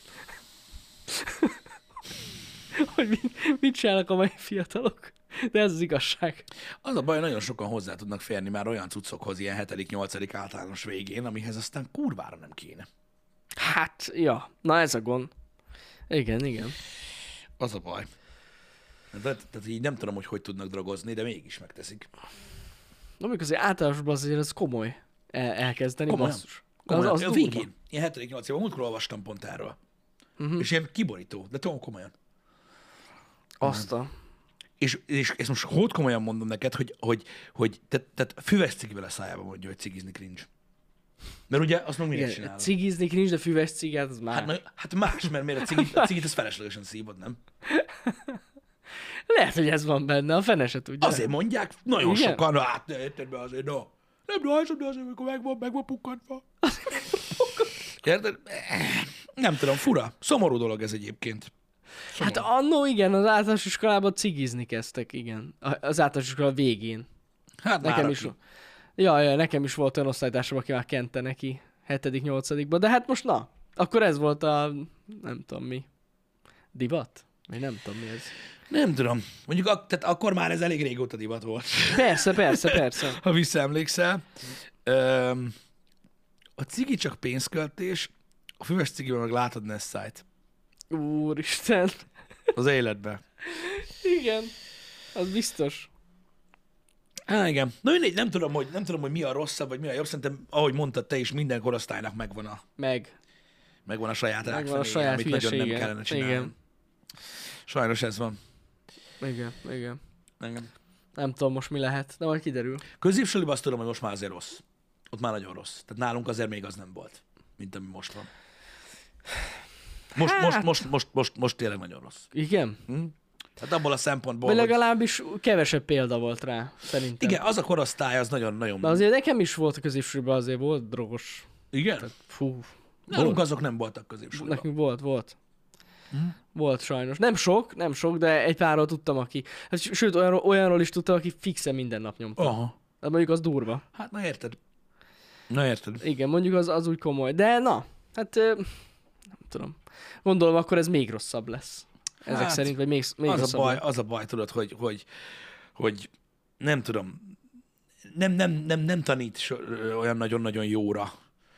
Hogy mit csinálnak a mai fiatalok. De ez az igazság. Az a baj, nagyon sokan hozzá tudnak férni már olyan cuccokhoz ilyen 7.-8. általános végén, amihez aztán kurvára nem kéne. Hát, ja. Na ez a gond. Igen. Az a baj. Tehát így nem tudom, hogy tudnak drogozni, de mégis megteszik. Na, amikor azért általánosban azért ez komoly elkezdeni. Komolyan. Basszus. Komolyan. Az A durva. végén, ilyen 7.-8. évben, múltkor olvastam pont erről. És ilyen kiborító, de tudom komolyan. Azt a... És ezt most hód komolyan mondom neked, hogy tehát füves cigivel a szájába mondja, hogy cigizni cringe. Mert ugye azt meg miért Igen, csinálod? cigizni nincs, de füves cigát, az már. Hát más, mert miért a cigit ezt feleslegesen szívod, nem? Lehet, hogy ez van benne, a fene se tudja. Azért mondják, nagyon Igen? sokan, hát ne érted be azért, no. Nem rajzom, de azért, amikor meg van pukkantva. Érted? Nem tudom, fura. Szomorú dolog ez egyébként. Hát annó igen, az általános iskolában cigizni kezdtek, igen. Az általános iskola végén. Hát Nekem már is. aki. Ja, nekem is volt olyan osztálytársam, aki már kente neki 7.-8. De hát most na, akkor ez volt a, nem tudom mi, divat? Vagy nem tudom mi ez. Nem tudom. Mondjuk tehát akkor már ez elég régóta divat volt. Persze. Ha visszaemlékszel. A cigi csak pénzköltés, a füves cigiben meg látod Nessájt. Úristen. Az életben. Igen, az biztos. Há, igen. Na mindegy, nem tudom, hogy mi a rosszabb, vagy mi a jobb. Szerintem, ahogy mondtad te is, minden korosztálynak megvan a saját Megvan a rákfenéje, saját amit nagyon nem hülyesége. kellene csinálni. Igen. Sajnos ez van. Igen. Igen. Nem tudom most mi lehet, de majd kiderül. Középsuliban azt tudom, hogy most már azért rossz. Ott már nagyon rossz. Tehát nálunk azért még az nem volt, mint ami most van. Most tényleg nagyon rossz. Igen? Tehát abból a szempontból, Vagy hogy... legalábbis kevesebb példa volt rá, szerintem. Igen, az a korosztály az nagyon-nagyon... De azért nekem is volt a középsőben, azért volt drogos. Igen? Fú. Nálunk azok nem voltak középsuliban. Nekünk volt. Volt sajnos. Nem sok, de egy párról tudtam, aki... Hát, sőt, olyanról is tudtam, aki fixen minden nap nyomta. Aha. De mondjuk az durva. Hát na érted. Na érted. Igen, mondjuk az úgy komoly. De na, hát nem tudom. Gondolom, akkor ez még rosszabb lesz. Ezek Hát, szerint, vagy még rosszabb. Az a baj, tudod, hogy nem tudom, nem tanít olyan nagyon-nagyon jóra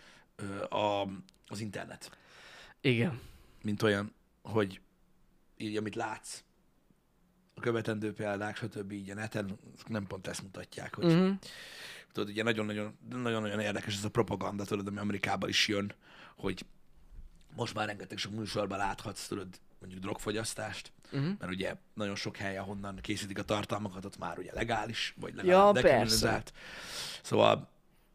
az internet, Igen. mint olyan, hogy így, amit látsz, a követendő példák, stb. Így a neten nem pont ezt mutatják, hogy tudod, ugye nagyon-nagyon érdekes ez a propaganda, tudod, ami Amerikában is jön, hogy most már rengeteg sok műsorban láthatsz, tudod, mondjuk drogfogyasztást, mert ugye nagyon sok hely, ahonnan készítik a tartalmakat, ott már ugye legális, vagy legalább dekriminalizált. Szóval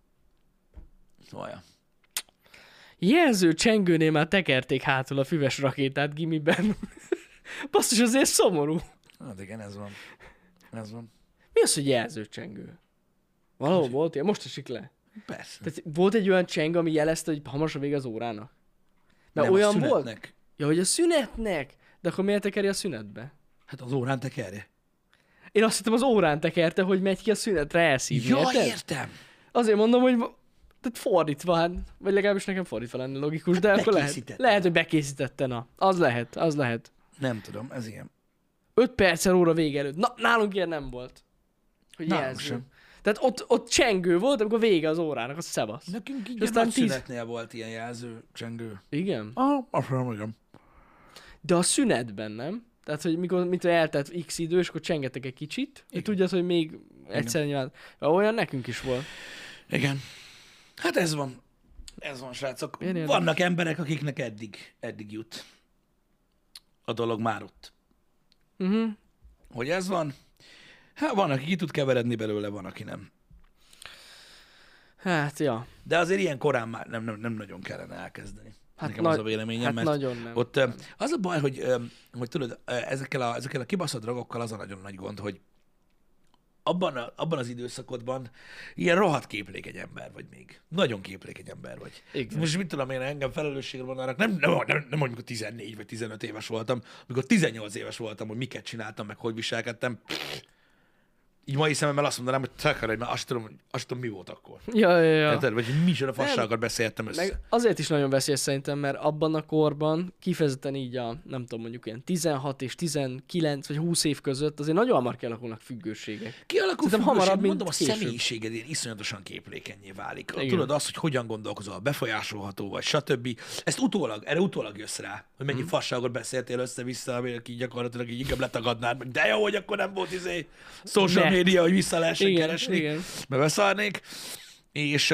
ja. Jelző csengőnél már tekerték hátul a füves rakétát gimiben. Basszus, azért szomorú. Hát igen, ez van. Mi az, hogy jelző csengő? Valahol volt ilyen? Most esik le. Persze. Tehát volt egy olyan cseng, ami jelezte, hogy hamarosan vége az órának? Mert Nem, olyan a volt? szünetnek. Ja, hogy a szünetnek? De akkor miért tekeri a szünetbe? Hát az órán tekerje. Én azt hittem az órán tekerte, hogy megy ki a szünetre elszívni, Ja, érted? értem. Azért mondom, hogy tehát fordítva, hát, vagy legalábbis nekem fordítva lenne logikus, de akkor lehet, hogy bekészítette, na. Az lehet. Nem tudom, ez ilyen. 5 perccel óra vége előtt. Na, nálunk ilyen nem volt. Hogy Nálunk jelző. sem. Tehát ott csengő volt, amikor vége az órának, az szevasz. Nekünk így aztán nagy 10 szünetnél volt ilyen jelző, csengő. Igen. Azt nem igen. De a szünetben nem? Tehát, hogy mikor eltelt x idő, és akkor csengetek egy kicsit, hogy tudjad, hogy még egyszer nyilván. Olyan nekünk is volt. Igen. Hát ez van. Ez van, srácok. Én Vannak emberek, akiknek eddig jut a dolog már ott. Uh-huh. Hogy ez van? Hát van, aki ki tud keveredni belőle, van, aki nem. Hát, ja. De azért ilyen korán már nem nagyon kellene elkezdeni. Hát Nekem az a véleményem, hát mert nagyon nem. ott az a baj, hogy tudod, ezekkel a kibaszott drogokkal az a nagyon nagy gond, hogy abban az időszakodban ilyen rohadt képlékeny ember vagy még. Nagyon képlékeny ember vagy. Igen. Most mit tudom én, engem felelősségre vonnának, nem, amikor 14 vagy 15 éves voltam, amikor 18 éves voltam, hogy miket csináltam, meg hogy viselkedtem. Így mai szememmel azt mondanám, hogy takarodj, mert azt tudom, mi volt akkor. Ja. Érted? Vagy hogy micsoda fasságokat beszéltem össze. Meg azért is nagyon veszélyes szerintem, mert abban a korban kifejezetten így nem tudom, mondjuk ilyen 16 és 19 vagy 20 év között azért nagyon hamar kialakulnak függőségek. Kialakul Szerintem függőség, hamarabb, mint mondom, a később. személyiséged ilyen iszonyatosan képlékenyé válik. Igen. Tudod azt, hogy hogyan gondolkozol, befolyásolható vagy, stb. Ezt erre utólag jössz rá, hogy mennyi fasságot beszéltél össze-vissza, amire így gyakorlatilag így inkább letagadnád, meg de jó, hogy akkor nem volt social Net. media, hogy vissza lehessen Igen, keresni, igen. mert beszarnék. És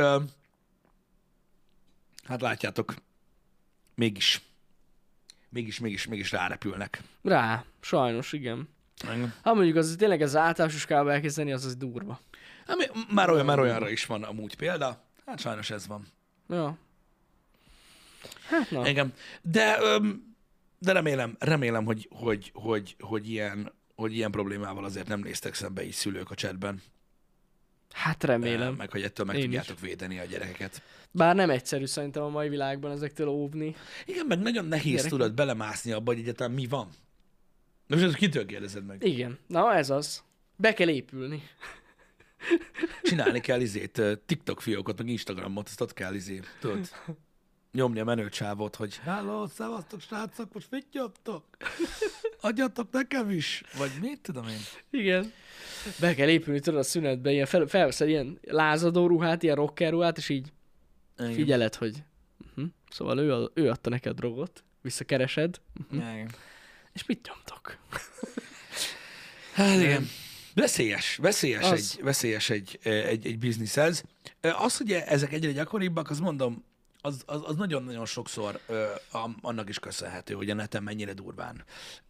hát látjátok, mégis rárepülnek. Rá, sajnos, igen. Igen. Ha mondjuk az tényleg az általános iskába elkezdeni, az durva. Már olyanra is van amúgy példa. Hát sajnos ez van. Ja. Hát na. Igen. De remélem, hogy ilyen problémával azért nem néztek szembe így szülők a chatben. Hát remélem. Meg hogy ettől meg Én tudjátok védeni a gyerekeket. Bár nem egyszerű szerintem a mai világban ezektől óvni. Igen, meg nagyon nehéz Gyerekek. tudod belemászni abba, hogy egyáltalán mi van. De most ezt kitől kérdezed meg? Igen. Na, ez az. Be kell épülni. Csinálni kell TikTok fiókot, meg Instagramot, azt ott kell tudod, nyomni a menő csávot, hogy hello, szevasztok srácok, most mit nyomtok? Adjatok nekem is. Vagy mit tudom én? Igen. Be kell épülni, tudod, a szünetbe, ilyen felveszel ilyen lázadó ruhát, ilyen rocker ruhát, és így Igen. figyeled, hogy szóval ő adta neked drogot, visszakeresed, Igen. és mit nyomtok? Hát igen. Veszélyes egy biznisz ez. Az, hogy ezek egyre gyakoribbak, az mondom, az nagyon-nagyon sokszor annak is köszönhető, hogy a neten mennyire durván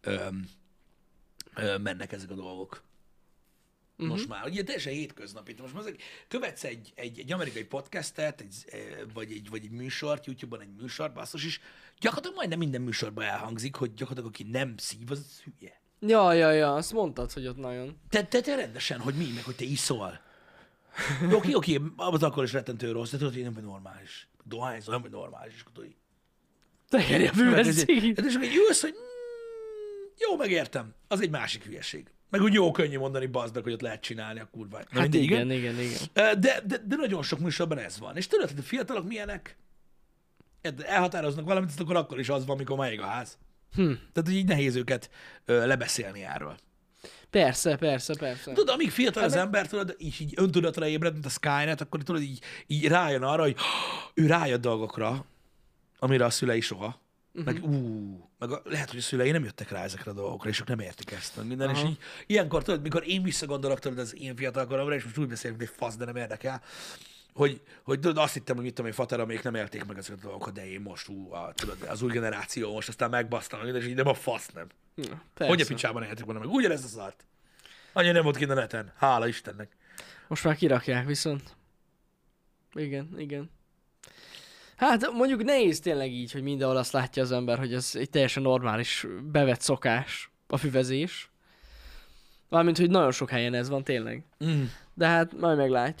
mennek ezek a dolgok. Most már, ugye teljesen hétköznapi. Most már követsz egy amerikai podcastet, vagy egy műsort, YouTube-on egy műsort, basszus is, gyakorlatilag majdnem minden műsorban elhangzik, hogy gyakorlatilag aki nem szív, az hülye. Ja, azt mondtad, hogy ott nagyon. Te rendesen, hogy mi, meg hogy te iszol. Oké, az akkor is rettentő rossz, de tudod, hogy nem vagy normális. Dohányzol, nem vagy normális, és tudod, Tekerje a füvet, cigi. és akkor ülsz, hogy jó, megértem, az egy másik hülyeség. Meg úgy jó könnyű mondani bazdnak, hogy ott lehet csinálni a kurvát. Hát igen. De nagyon sok műsorban ez van. És tudod, hogy a fiatalok milyenek? Elhatároznak valamit, akkor is az van, mikor már ég a ház. Tehát, hogy így nehéz őket lebeszélni erről. Persze. Tudod, amíg fiatal az ember, tudod, így öntudatra ébred, mint a Skynet, akkor tudod, így rájön arra, hogy ő rájön dolgokra, amire a szülei soha. Meg lehet, hogy a szülei nem jöttek rá ezekre a dolgokra, és ők nem értik ezt, meg minden. És így, ilyenkor tudod, mikor én visszagondolok, tudod, az én fiatal koromra, és most úgy beszélünk, hogy fasz, de nem érdekel, hogy tudod, azt hittem, hogy mit tudom én, fatera, még nem érték meg ezeket a dolgokat, de én most, tudod, az új generáció most aztán megbasztam, minden, és így nem a fasz nem. Hogy a picsában értik volna meg? Ugyanez a szart. Anya nem volt kint a neten. Hála Istennek. Most már kirakják viszont. Igen. Hát mondjuk nehéz tényleg így, hogy mindenhol azt látja az ember, hogy ez egy teljesen normális, bevett szokás a füvezés. Valamint, hogy nagyon sok helyen ez van tényleg. De hát majd meglátjuk.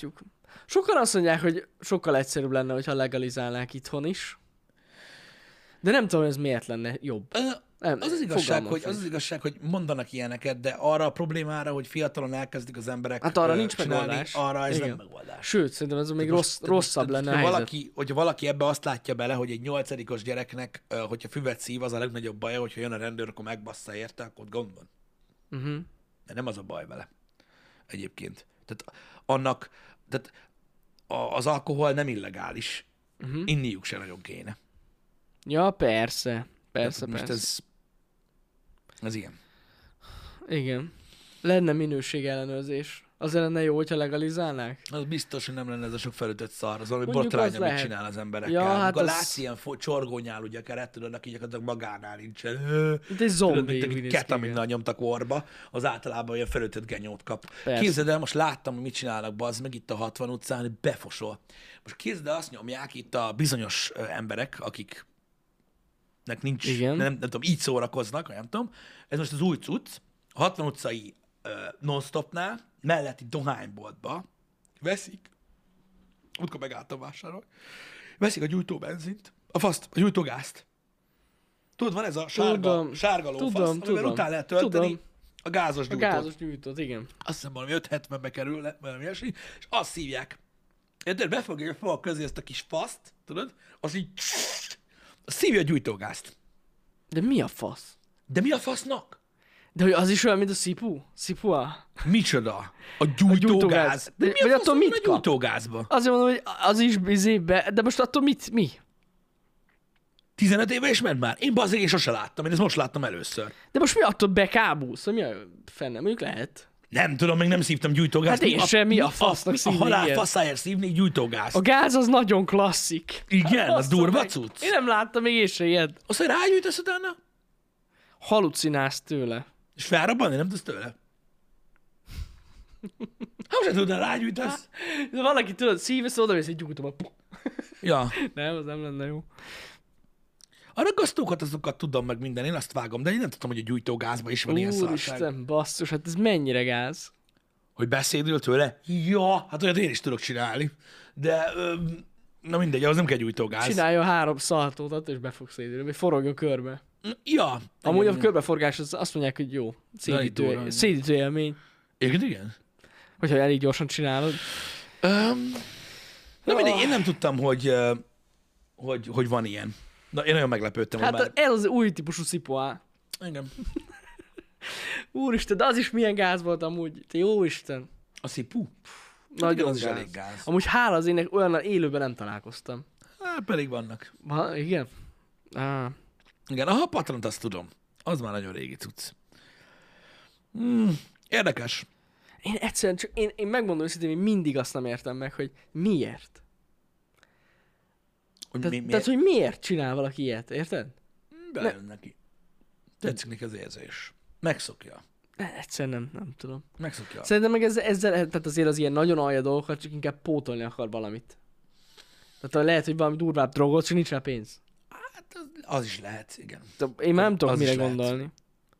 Sokan azt mondják, hogy sokkal egyszerűbb lenne, hogyha legalizálnák itthon is. De nem tudom, ez miért lenne jobb. Nem, Az igazság, hogy mondanak ilyeneket, de arra a problémára, hogy fiatalon elkezdik az emberek Hát arra nincs csinálni, megoldás. arra ez Igen. nem megoldás. Sőt, szerintem ez még rosszabb lenne a helyzet. Hogyha valaki ebbe azt látja bele, hogy egy 8-os gyereknek, hogyha füvet szív, az a legnagyobb baja, hogyha jön a rendőr, akkor megbassza érte, akkor ott gond van. Uh-huh. De nem az a baj vele. Egyébként. Tehát az alkohol nem illegális. Uh-huh. Inniuk se nagyon kéne. Ja, persze. Most ez ilyen. Igen. Lenne minőségellenőrzés. Azért lenne jó, hogyha legalizálnák? Az biztos, hogy nem lenne ez a sok felütött szar. Az valami Mondjuk botrány, az amit lehet. csinál az emberekkel. Ja, hát Amikor az- látsz ilyen csorgónyál, ugye keret, tudod, aki gyakorlatilag magánál nincsen. Mint egy Tudod, zombi. mint úgy aki néz ki, ketaminnal igen. nyomtak orba, az általában olyan felütött genyót kap. Persze. Képzeld el, most láttam, hogy mit csinálnak, bazd meg itt a 60 utcán, hogy befosol. Most képzeld el, azt nyomják itt a bizonyos emberek, akiknek nincs, Igen. nem tudom, így szórakoznak, nem tudom. Ez most az új cucc, a 60 utcai non-stopnál, melletti dohányboltba veszik, útkor megálltam vásárolni, veszik a gyújtóbenzint, a gyújtógázt. Tudod, van ez a sárga lófasz, Tudom. amivel után lehet tölteni Tudom. a gázos A gyújtót. gázos gyújtót, igen. Azt hiszem valami 5,70-be kerül, valami ilyesmi, és azt szívják. Érted, befogja a fal közé ezt a kis faszt, tudod, az így szívja a gyújtógázt. De mi a fasz? De mi a fasznak? De hogy az is olyan, mint a szipu? Szipua? Micsoda? A gyújtógáz. gyújtógáz. De mi Vagy a attól fasznak mit van a kap? gyújtógázba? Azért mondom, hogy az is bizébe, de most attól mi? 15 éve ismered már? Én bazzeg, én sose láttam, én ezt most láttam először. De most mi attól bekábulsz? Vagy mi a fenne? Mondjuk lehet. Nem tudom, még nem szívtam gyújtógázt. Hát én sem, mi a fasznak A szívni halál ilyet? faszáért szívnék gyújtógázt. A gáz az nagyon klasszik. Igen, az Bassza durva meg. cucc. Én nem láttam még én se ilyet. Azt, hogy rágyújtasz utána, Halucinálsz tőle. és felrabbanni nem tudsz tőle. Ha sem tudnál, rágyújtasz. De valaki tudod, szívesz, odavész egy gyújtóba. Ja. Nem, az nem lenne jó. A ragasztókat, azokat tudom meg minden, én azt vágom, de én nem tudtam, hogy a gyújtógázban is van ilyen szarság. Úristen, basszus, hát ez mennyire gáz. Hogy beszédül tőle? Ja, hát olyat én is tudok csinálni. De, na mindegy, az nem kell gyújtógáz. Csinálja 3 szaltót, és be fog szédülni, vagy forogjon körbe. Ja. Amúgy igen, a körbeforgás, az azt mondják, hogy jó. durva, Szédítő élmény. igen. Hogyha elég gyorsan csinálod. Na mindegy, én nem tudtam, hogy van ilyen. Na, én nagyon meglepődtem, hogy Hát már... ez az új típusú szipoá. Igen. Úristen, de az is milyen gáz volt amúgy. Te jó Isten. A szipu? Nagyon az is gáz. elég gáz. Amúgy hála az ének olyannal élőben nem találkoztam. Hát pedig vannak. Igen? Igen, a patront azt tudom. Az már nagyon régi cucc. Érdekes. Én egyszerűen csak, én megmondom őszintén, hogy mindig azt nem értem meg, hogy miért. Hogy Tehát, hogy miért csinál valaki ilyet, érted? Bejön neki. Tetszik neki az érzés. Megszokja. Egyszerűen nem tudom. Megszokja. Szerintem meg ezzel, tehát azért az ilyen nagyon alja dolgokat csak inkább pótolni akar valamit. Tehát lehet, hogy valami durvább drogot, csak nincs rá pénz. Hát az is lehet, igen. Tehát én már nem tudok Az mire is lehet. gondolni.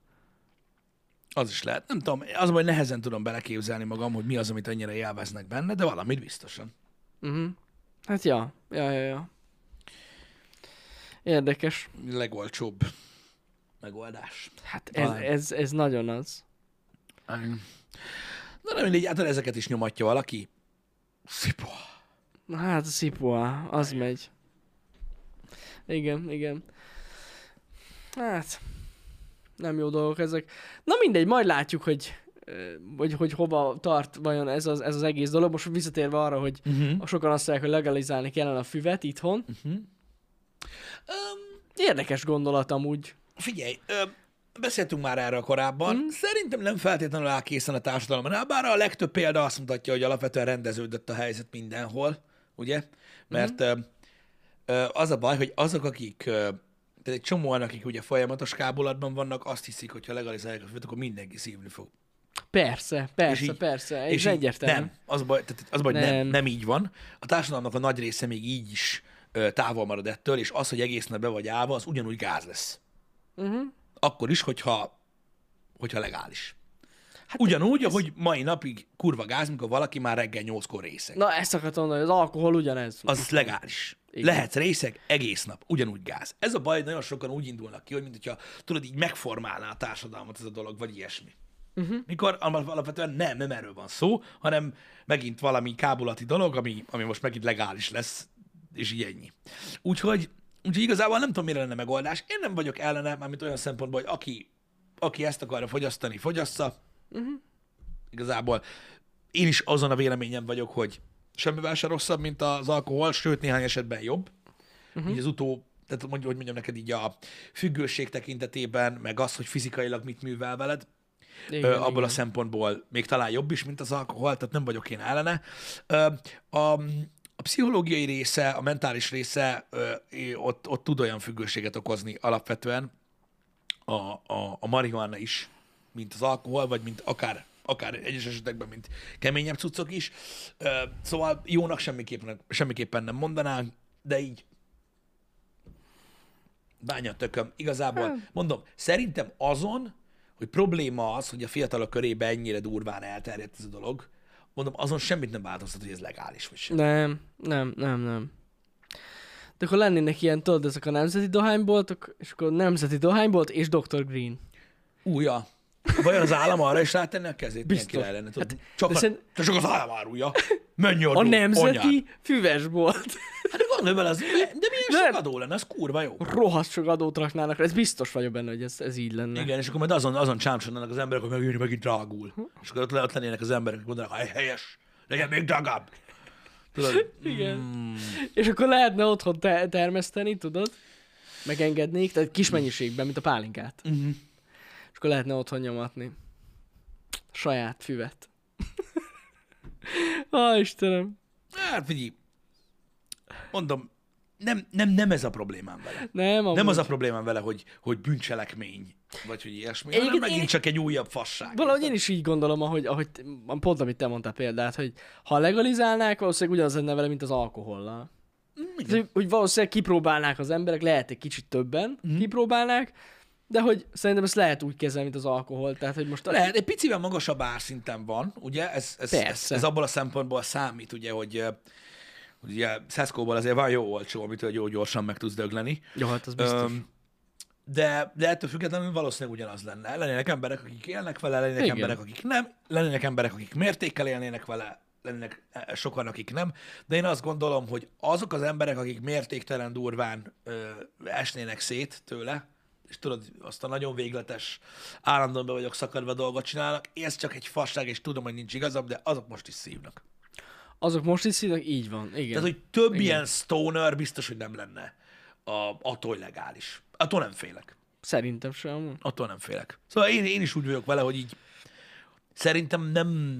Az is lehet. Nem tudom, az, hogy nehezen tudom beleképzelni magam, hogy mi az, amit annyira élveznek benne, de valamit biztosan. Hát ja. Érdekes. Legolcsóbb megoldás. Hát Talán. ez nagyon az. Na nem mindegy, hát ezeket is nyomatja valaki. Szipa. Na hát a szipoá, az megy. Igen. Hát, nem jó dolgok ezek. Na mindegy, majd látjuk, hogy hova tart vajon ez az egész dolog. Most visszatérve arra, hogy sokan azt mondják, hogy legalizálni kellene a füvet itthon. Érdekes gondolat amúgy. Figyelj, beszéltünk már erről korábban. Szerintem nem feltétlenül áll készen a társadalom rá, bár a legtöbb példa azt mutatja, hogy alapvetően rendeződött a helyzet mindenhol, ugye? Mert az a baj, hogy azok, akik, tehát egy csomóan, akik ugye folyamatos kábulatban vannak, azt hiszik, hogy ha legalizálják a füvet, akkor mindenki szívni fog. Persze. Ez így egyértelmű. Nem, az a baj, hogy Nem. nem így van. A társadalomnak a nagy része még így is távol marad ettől, és az, hogy egész nap be vagy állva, az ugyanúgy gáz lesz. Akkor is, hogyha legális. Ugyanúgy, ahogy mai napig kurva gáz, mikor valaki már reggel 8-kor részeg. Na, ezt akartam mondani, hogy az alkohol ugyanez. Az legális. Igen. Lehetsz részeg egész nap, ugyanúgy gáz. Ez a baj, hogy nagyon sokan úgy indulnak ki, hogy mint hogyha tudod, így megformálná a társadalmat ez a dolog, vagy ilyesmi. Mikor alapvetően nem erről van szó, hanem megint valami kábulati dolog, ami most megint legális lesz, és így ennyi. Úgyhogy igazából nem tudom, mire lenne megoldás. Én nem vagyok ellene, mármint olyan szempontból, hogy aki ezt akarja fogyasztani, fogyassza. Igazából én is azon a véleményem vagyok, hogy semmivel se rosszabb, mint az alkohol, sőt néhány esetben jobb. Így az tehát hogy mondjam neked így a függőség tekintetében, meg az, hogy fizikailag mit művel veled, abból a szempontból még talán jobb is, mint az alkohol, tehát nem vagyok én ellene. A pszichológiai része, a mentális része ott tud olyan függőséget okozni alapvetően a marihuana is, mint az alkohol, vagy mint akár egyes esetekben, mint keményebb cuccok is. Szóval jónak semmiképpen nem mondanánk, de így bánya tököm. Igazából mondom, szerintem azon, hogy probléma az, hogy a fiatalok körében ennyire durván elterjedt ez a dolog, mondom, azon semmit nem változtat, hogy ez legális, vagy sem. Nem. De akkor lennének ilyen, tudod, ezek a nemzeti dohányboltok, és akkor nemzeti dohánybolt és Dr. Green. Újja. Vajon az állam arra is rátenni a kezét? Biztos. Milyen király lenne, tudod? Hát, Csak az állam árulja. Menj a nemzeti füvesbolt. Hát gondolj bele, de milyen sok adó lenne, ez kurva jó. Rohadt sok adót raknának, ez biztos vagyok benne, hogy ez így lenne. Igen, és akkor majd azon csámsodnának az emberek, hogy megint drágul. És akkor ott lennének az emberek, akik mondanak, hogy helyes, legyen még drágább. Tudod? Igen. És akkor lehetne otthon termeszteni, tudod? Megengednék, tehát kis mennyiségben, mint a pálinkát. És akkor lehetne otthon nyomatni. Saját füvet. Istenem. Hát figyelj, mondom, nem ez a problémám vele. Nem az a problémám vele, hogy bűncselekmény, vagy hogy ilyesmi, hanem megint csak egy újabb fasság. Valahogy én is így gondolom, ahogy pont amit te mondtál példát, hogy ha legalizálnák, valószínűleg ugyanaz lenne vele, mint az alkohollal. Hogy valószínűleg kipróbálnák az emberek, lehet egy kicsit többen kipróbálnák, de hogy szerintem ezt lehet úgy kezelni, mint az alkohol. Tehát, hogy most lehet, egy picivel magasabb árszinten van, ugye? Ez abból a szempontból számít, ugye, hogy ugye Szeszkóból azért van jó olcsó, amitől jó gyorsan meg tudsz dögleni. Jó, hát az biztos. De ettől függetlenül valószínűleg ugyanaz lenne. Lennének emberek, akik élnek vele, lennének emberek, akik nem, lennének emberek, akik mértékkel élnének vele, lennének sokan, akik nem. De én azt gondolom, hogy azok az emberek, akik mértéktelen durván esnének szét tőle, és tudod, azt a nagyon végletes, állandóan be vagyok szakadva dolgot csinálnak, ez csak egy fasság, és tudom, hogy nincs igazabb, de azok most is szívnak. Azok most is szívnak? Így van, igen. Tehát, hogy több ilyen stoner biztos, hogy nem lenne attól, hogy legális. Attól nem félek. Szerintem sem. Attól nem félek. Szóval én is úgy vagyok vele, hogy így szerintem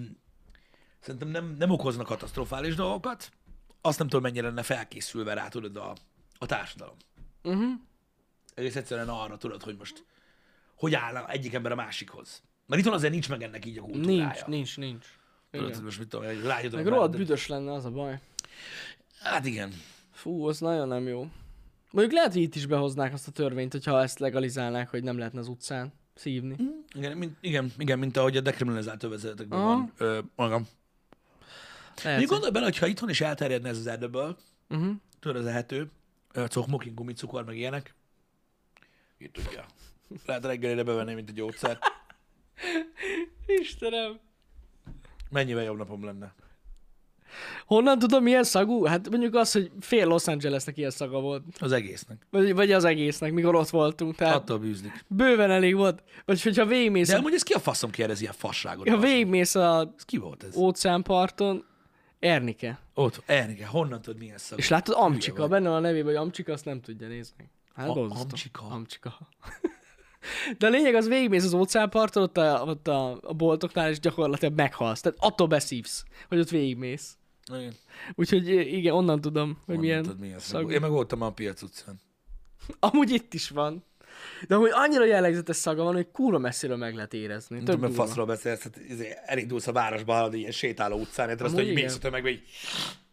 nem okoznak katasztrofális dolgokat. Azt nem tudom, mennyire lenne felkészülve rá, tudod, a társadalom. Egész egyszerűen arra tudod, hogy most hogy állna egyik ember a másikhoz. Mert itthon azért nincs meg ennek így a kultúrája. Nincs. Tudod, hogy most mit tudom, hogy rágyodom. Meg rohadt büdös lenne, az a baj. Hát igen. Fú, az nagyon nem jó. Mondjuk lehet, hogy itt is behoznák azt a törvényt, hogyha ezt legalizálnák, hogy nem lehetne az utcán szívni. Igen, mint ahogy a dekriminalizált övezetekben van magam. Mondjuk gondolj bele, hogyha itthon is elterjedne ez az erdőből, tudod, az ehető, cokmokin, gumicukor, meg ilyenek. Ki tudja. Lehet reggelére bevenni, mint a gyógyszer. Istenem. Mennyivel jobb napom lenne. Honnan tudom, milyen szagú? Hát mondjuk az, hogy fél Los Angelesnek ilyen szaga volt. Az egésznek. Vagy az egésznek, mikor ott voltunk. Tehát attól bűzlik. Bőven elég volt. Vagy hogyha végigmész... De amúgy ez ki a faszom kérdez ilyen fasságot? Ha végigmész a ki volt ez? óceánparton, Ernike. Ott, Ernike. Honnan tudod, milyen szagú? És látod, Amcsika. Benne van a nevében, hogy Amcsika, azt nem tudja nézni. Hát Amcsika. De a lényeg az, végigmész az óceánparton, ott a boltoknál, és gyakorlatilag meghalsz. Tehát attól beszívsz, hogy ott végigmész. Igen. Úgyhogy igen, onnan tudom, hogy milyen szagú. Én meg voltam a Piac utcán. Amúgy itt is van. De amúgy annyira jellegzetes szaga van, hogy kurva messziről meg lehet érezni. Nem tudom, mert faszról beszélsz, hát elindulsz a városba, halad ilyen sétáló utcán, érted azt, hogy mész meg, hogy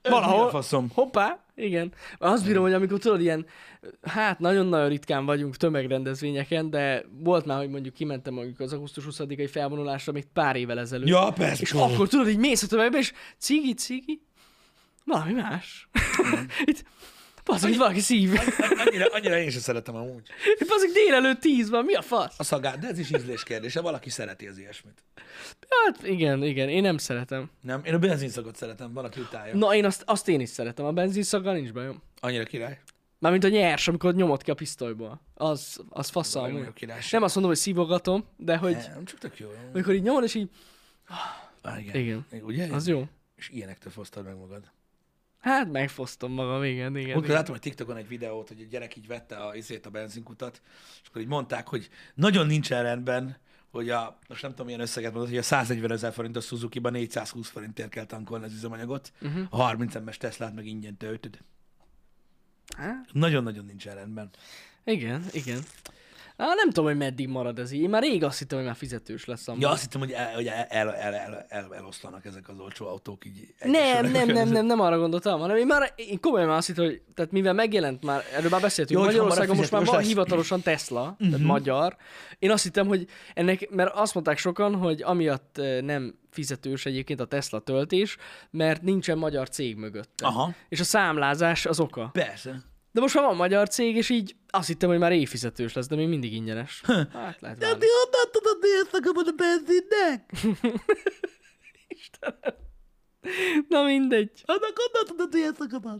valahol. Faszom. Hoppá, igen. Azt bírom, hogy amikor tudod ilyen, hát nagyon-nagyon ritkán vagyunk tömegrendezvényeken, de volt már, hogy mondjuk kimentem mondjuk az augusztus 20-ai felvonulásra még pár évvel ezelőtt. Ja, persze. És akkor tudod, így mész a tömegbe, és cigi, valami más. Itt, bazdmeg, itt valaki szív. Annyira én sem szeretem amúgy. Itt bazdmeg délelőtt 10 van, mi a fasz? A szagát, de ez is ízlés kérdése, valaki szereti az ilyesmit. Hát igen, én nem szeretem. Nem, én a benzinszagot szeretem, van, aki utálja. Na, én azt én is szeretem, a benzinszaggal nincs bajom. Annyira király. Mármint a nyers, amikor nyomod ki a pisztolyból. Az faszal. Valami királyság. Nem azt mondom, hogy szívogatom, de hogy Nem, csak tök jó. amikor így nyomod, és így... Igen. Igen. Ugye? Az jó. És ilyenektől fosztad meg magad. Hát megfosztom magam, igen. Múltkor láttam egy TikTokon egy videót, hogy a gyerek így vette a benzinkutat, és akkor így mondták, hogy nagyon nincsen rendben, hogy most nem tudom, milyen összeget mondott, hogy a 140 000 forintos Suzuki-ban 420 forintért kell tankolni az üzemanyagot, a 30 M-es Teslát meg ingyen töltöd. Hát, Nagyon-nagyon nincsen rendben. igen. Nem tudom, hogy meddig marad ez így. Én már rég azt hittem, hogy már fizetős lesz. Ja, azt hittem, hogy eloszlanak ezek az olcsó autók így. Nem arra gondoltam, hanem én komolyan már azt hittem, hogy tehát mivel megjelent már, erről már beszéltünk, Jó, hogy Magyarországon most már fizetős van lesz. hivatalosan Tesla, tehát magyar. Én azt hittem, hogy ennek, mert azt mondták sokan, hogy amiatt nem fizetős egyébként a Tesla töltés, mert nincsen magyar cég mögötte. Aha. És a számlázás az oka. Persze. De most már van magyar cég, és így azt hittem, hogy már évfizetős lesz, de még mindig ingyenes. Hát lehet De várni. ti honnan tudod, hogy ezt akarom a benzinnek? Istenem. Na mindegy. Annak honnan tudod, hogy ezt akarom?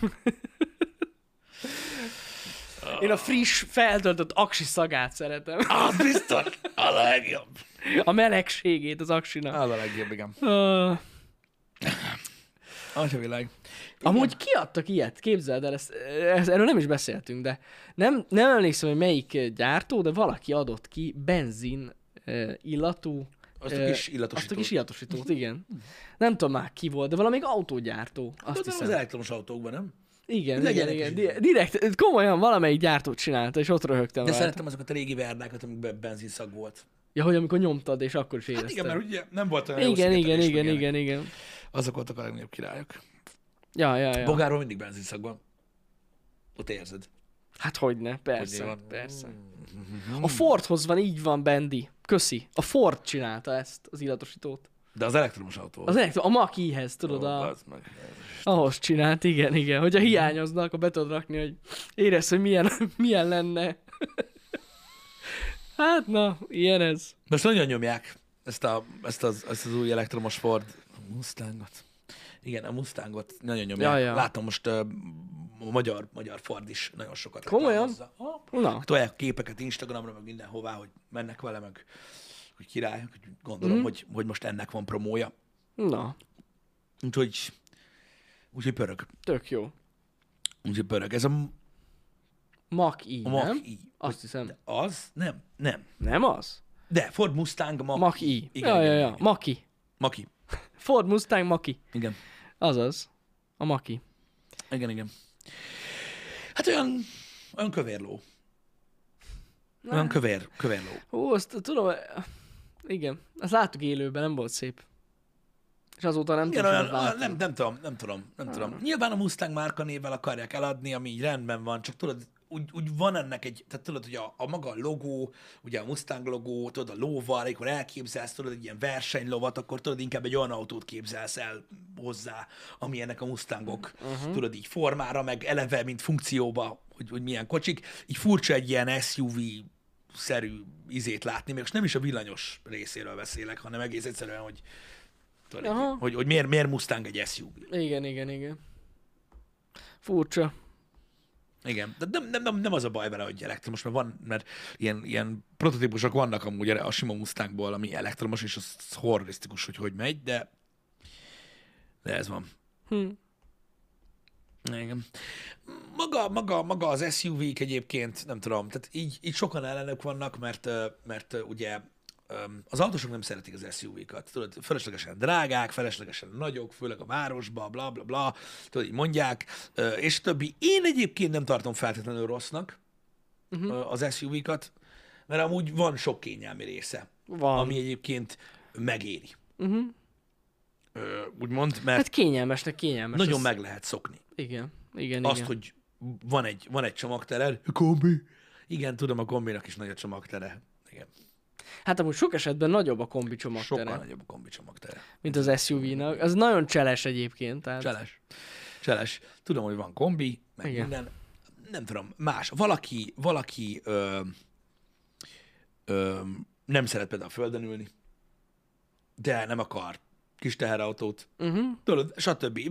Én a friss, feltöltött aksi szagát szeretem. Biztos. A legjobb. A melegségét az aksinak. A legjobb, igen. Atya világ. Amúgy kiadtak ilyet, képzeld el, erről nem is beszéltünk, de nem emlékszem, hogy melyik gyártó, de valaki adott ki benzin illatú. Azt a kis illatosítót. Azt a kis illatosítót, igen. Nem tudom már ki volt, de valamelyik autógyártó. Azt Az hiszem. elektromos autókban, nem? Igen. Legyenek is. Direkt, komolyan valamelyik gyártót csinálta, és ott röhögtem De rajta. szerettem azokat a régi verdákat, amikben benzinszag volt. Ja, hogy amikor nyomtad, és akkor is Hát érezted. igen, mert ugye nem volt olyan jó igen, szigetelés, meg ilyenek. igen. Azok voltak a legnagyobb királyok. Ja. Bogárról mindig benzinszag van. Ott érzed. Hát hogyne, persze, Hogy van. persze. A Fordhoz van, így van, Bendi. Köszi. A Ford csinálta ezt, az illatosítót. De az elektromos autó. A Mach-E-hez, tudod, bazd meg. ahhoz csinált, igen. Hogyha hiányoznak, akkor be tudod rakni, hogy érezd, hogy milyen lenne. Hát na, ilyen ez. Most nagyon nyomják ezt az új elektromos Ford Mustangot. Igen, a Mustangot nagyon nyomják. Ja. Látom most a magyar Ford is nagyon sokat Komolyan? reklámozza. Na, Tolják képeket Instagramra, meg mindenhová, hogy mennek vele, meg hogy király. Gondolom, hogy most ennek van promója. na, Úgyhogy pörög. tök jó. Úgyhogy pörög. Ez a Mach-E, nem? Mach-E. Azt hiszem. De az? Nem. Nem az? De Ford Mustang Mach-E. Mach-E. Igen. Ja. Mach-E. Mach-E. Ford Mustang Mach-E. Igen. Azaz. A Mach-E. Igen. Hát olyan kövér ló. Olyan kövér ló. Ó, azt tudom, igen. Azt láttuk élőben, nem volt szép. És azóta nem Igen, tudom, nem tudom. Nyilván a Mustang márka névvel akarják eladni, ami így rendben van, csak tudod, úgy van ennek tehát tudod, hogy a maga logó, ugye a Mustang logó, tudod, a lóval, amikor elképzelsz, tudod, egy ilyen versenylovat, akkor tudod, inkább egy olyan autót képzelsz el hozzá, ami ennek a Mustangok, tudod, így formára, meg eleve, mint funkcióba, hogy milyen kocsik. Így furcsa egy ilyen SUV-szerű izét látni, még most nem is a villanyos részéről beszélek, hanem egész egyszerűen, hogy tudod, hogy miért Mustang egy SUV. Igen. Furcsa. Igen, de nem az a baj vele, hogy elektromos, mert ilyen prototípusok vannak amúgy a sima Mustangból, ami elektromos, és az horrorisztikus, hogy megy, de ez van. Igen. Maga az SUV-k egyébként, nem tudom, tehát így sokan ellenük vannak, mert ugye az autósok nem szeretik az SUV-kat. Tudod, feleslegesen drágák, feleslegesen nagyok, főleg a városba, bla bla bla, tudod, így mondják, és többi. Én egyébként nem tartom feltétlenül rossznak az SUV-kat, mert amúgy van sok kényelmi része, Van. ami egyébként megéri. úgymond, mert Hát kényelmes. nagyon ez- meg lehet szokni. Igen, Azt, igen. hogy van egy csomagtered, kombi. Igen, tudom, a kombinak is nagy a csomagtere. Igen. Hát amúgy sok esetben nagyobb a kombi csomagtere, Sokkal nagyobb a kombi csomagtere. mint az SUV-nak. Az nagyon cseles egyébként. Tehát... Cseles. Tudom, hogy van kombi, meg Igen. minden. Nem tudom, más. Valaki nem szeret például a földön ülni, de nem akar kis teherautót. Tudod, stb.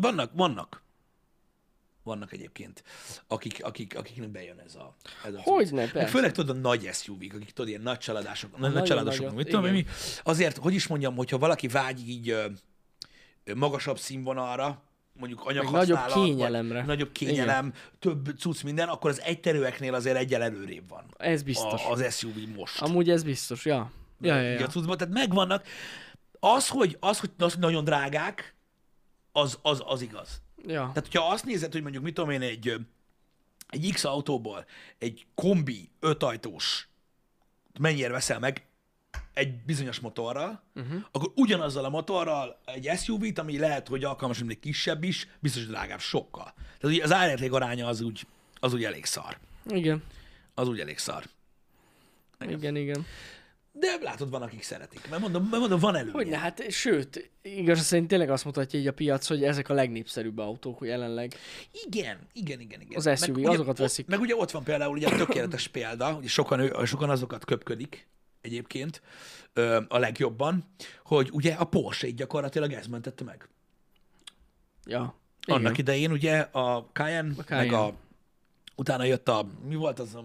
Vannak egyébként, akiknek bejön ez a cucc. Hogyne, Meg persze. főleg tudod, a nagy SUV-k, akik tudod, ilyen nagy családások, nagy nagyon családosok, nagyot, mit tudom, én igen. mi. Azért, hogy is mondjam, hogyha valaki vágyik így magasabb színvonalra, mondjuk nagyobb anyaghasználat, kényelemre. vagy nagyobb kényelem, több cucc minden, akkor az egyterőeknél azért egyel előrébb van Ez biztos. az SUV most. Amúgy ez biztos, ja. Így a cuccban, tehát megvannak. Az, hogy nagyon drágák, az igaz. Ja. Tehát, hogyha azt nézed, hogy mondjuk, mit tudom én, egy X autóból egy kombi 5 ajtós mennyire veszel meg egy bizonyos motorral, akkor ugyanazzal a motorral egy SUV-t, ami lehet, hogy alkalmas, mint egy kisebb is, biztos, hogy drágább sokkal. Tehát ugye az árérték aránya az úgy elég szar. Igen. Az úgy elég szar. Igen. De látod, van, akik szeretik. Mert mondom van előnye. Hogyne, hát sőt, igaz szerint tényleg azt mutatja így a piac, hogy ezek a legnépszerűbb autók jelenleg. Igen. Az SUV, ugye, azokat veszik. Meg ugye ott van például ugye a tökéletes példa, ugye sokan azokat köpködik egyébként a legjobban, hogy ugye a Porsche így gyakorlatilag ez mentette meg. Ja. Annak idején ugye a Cayenne, Cayenne. meg utána jött mi volt az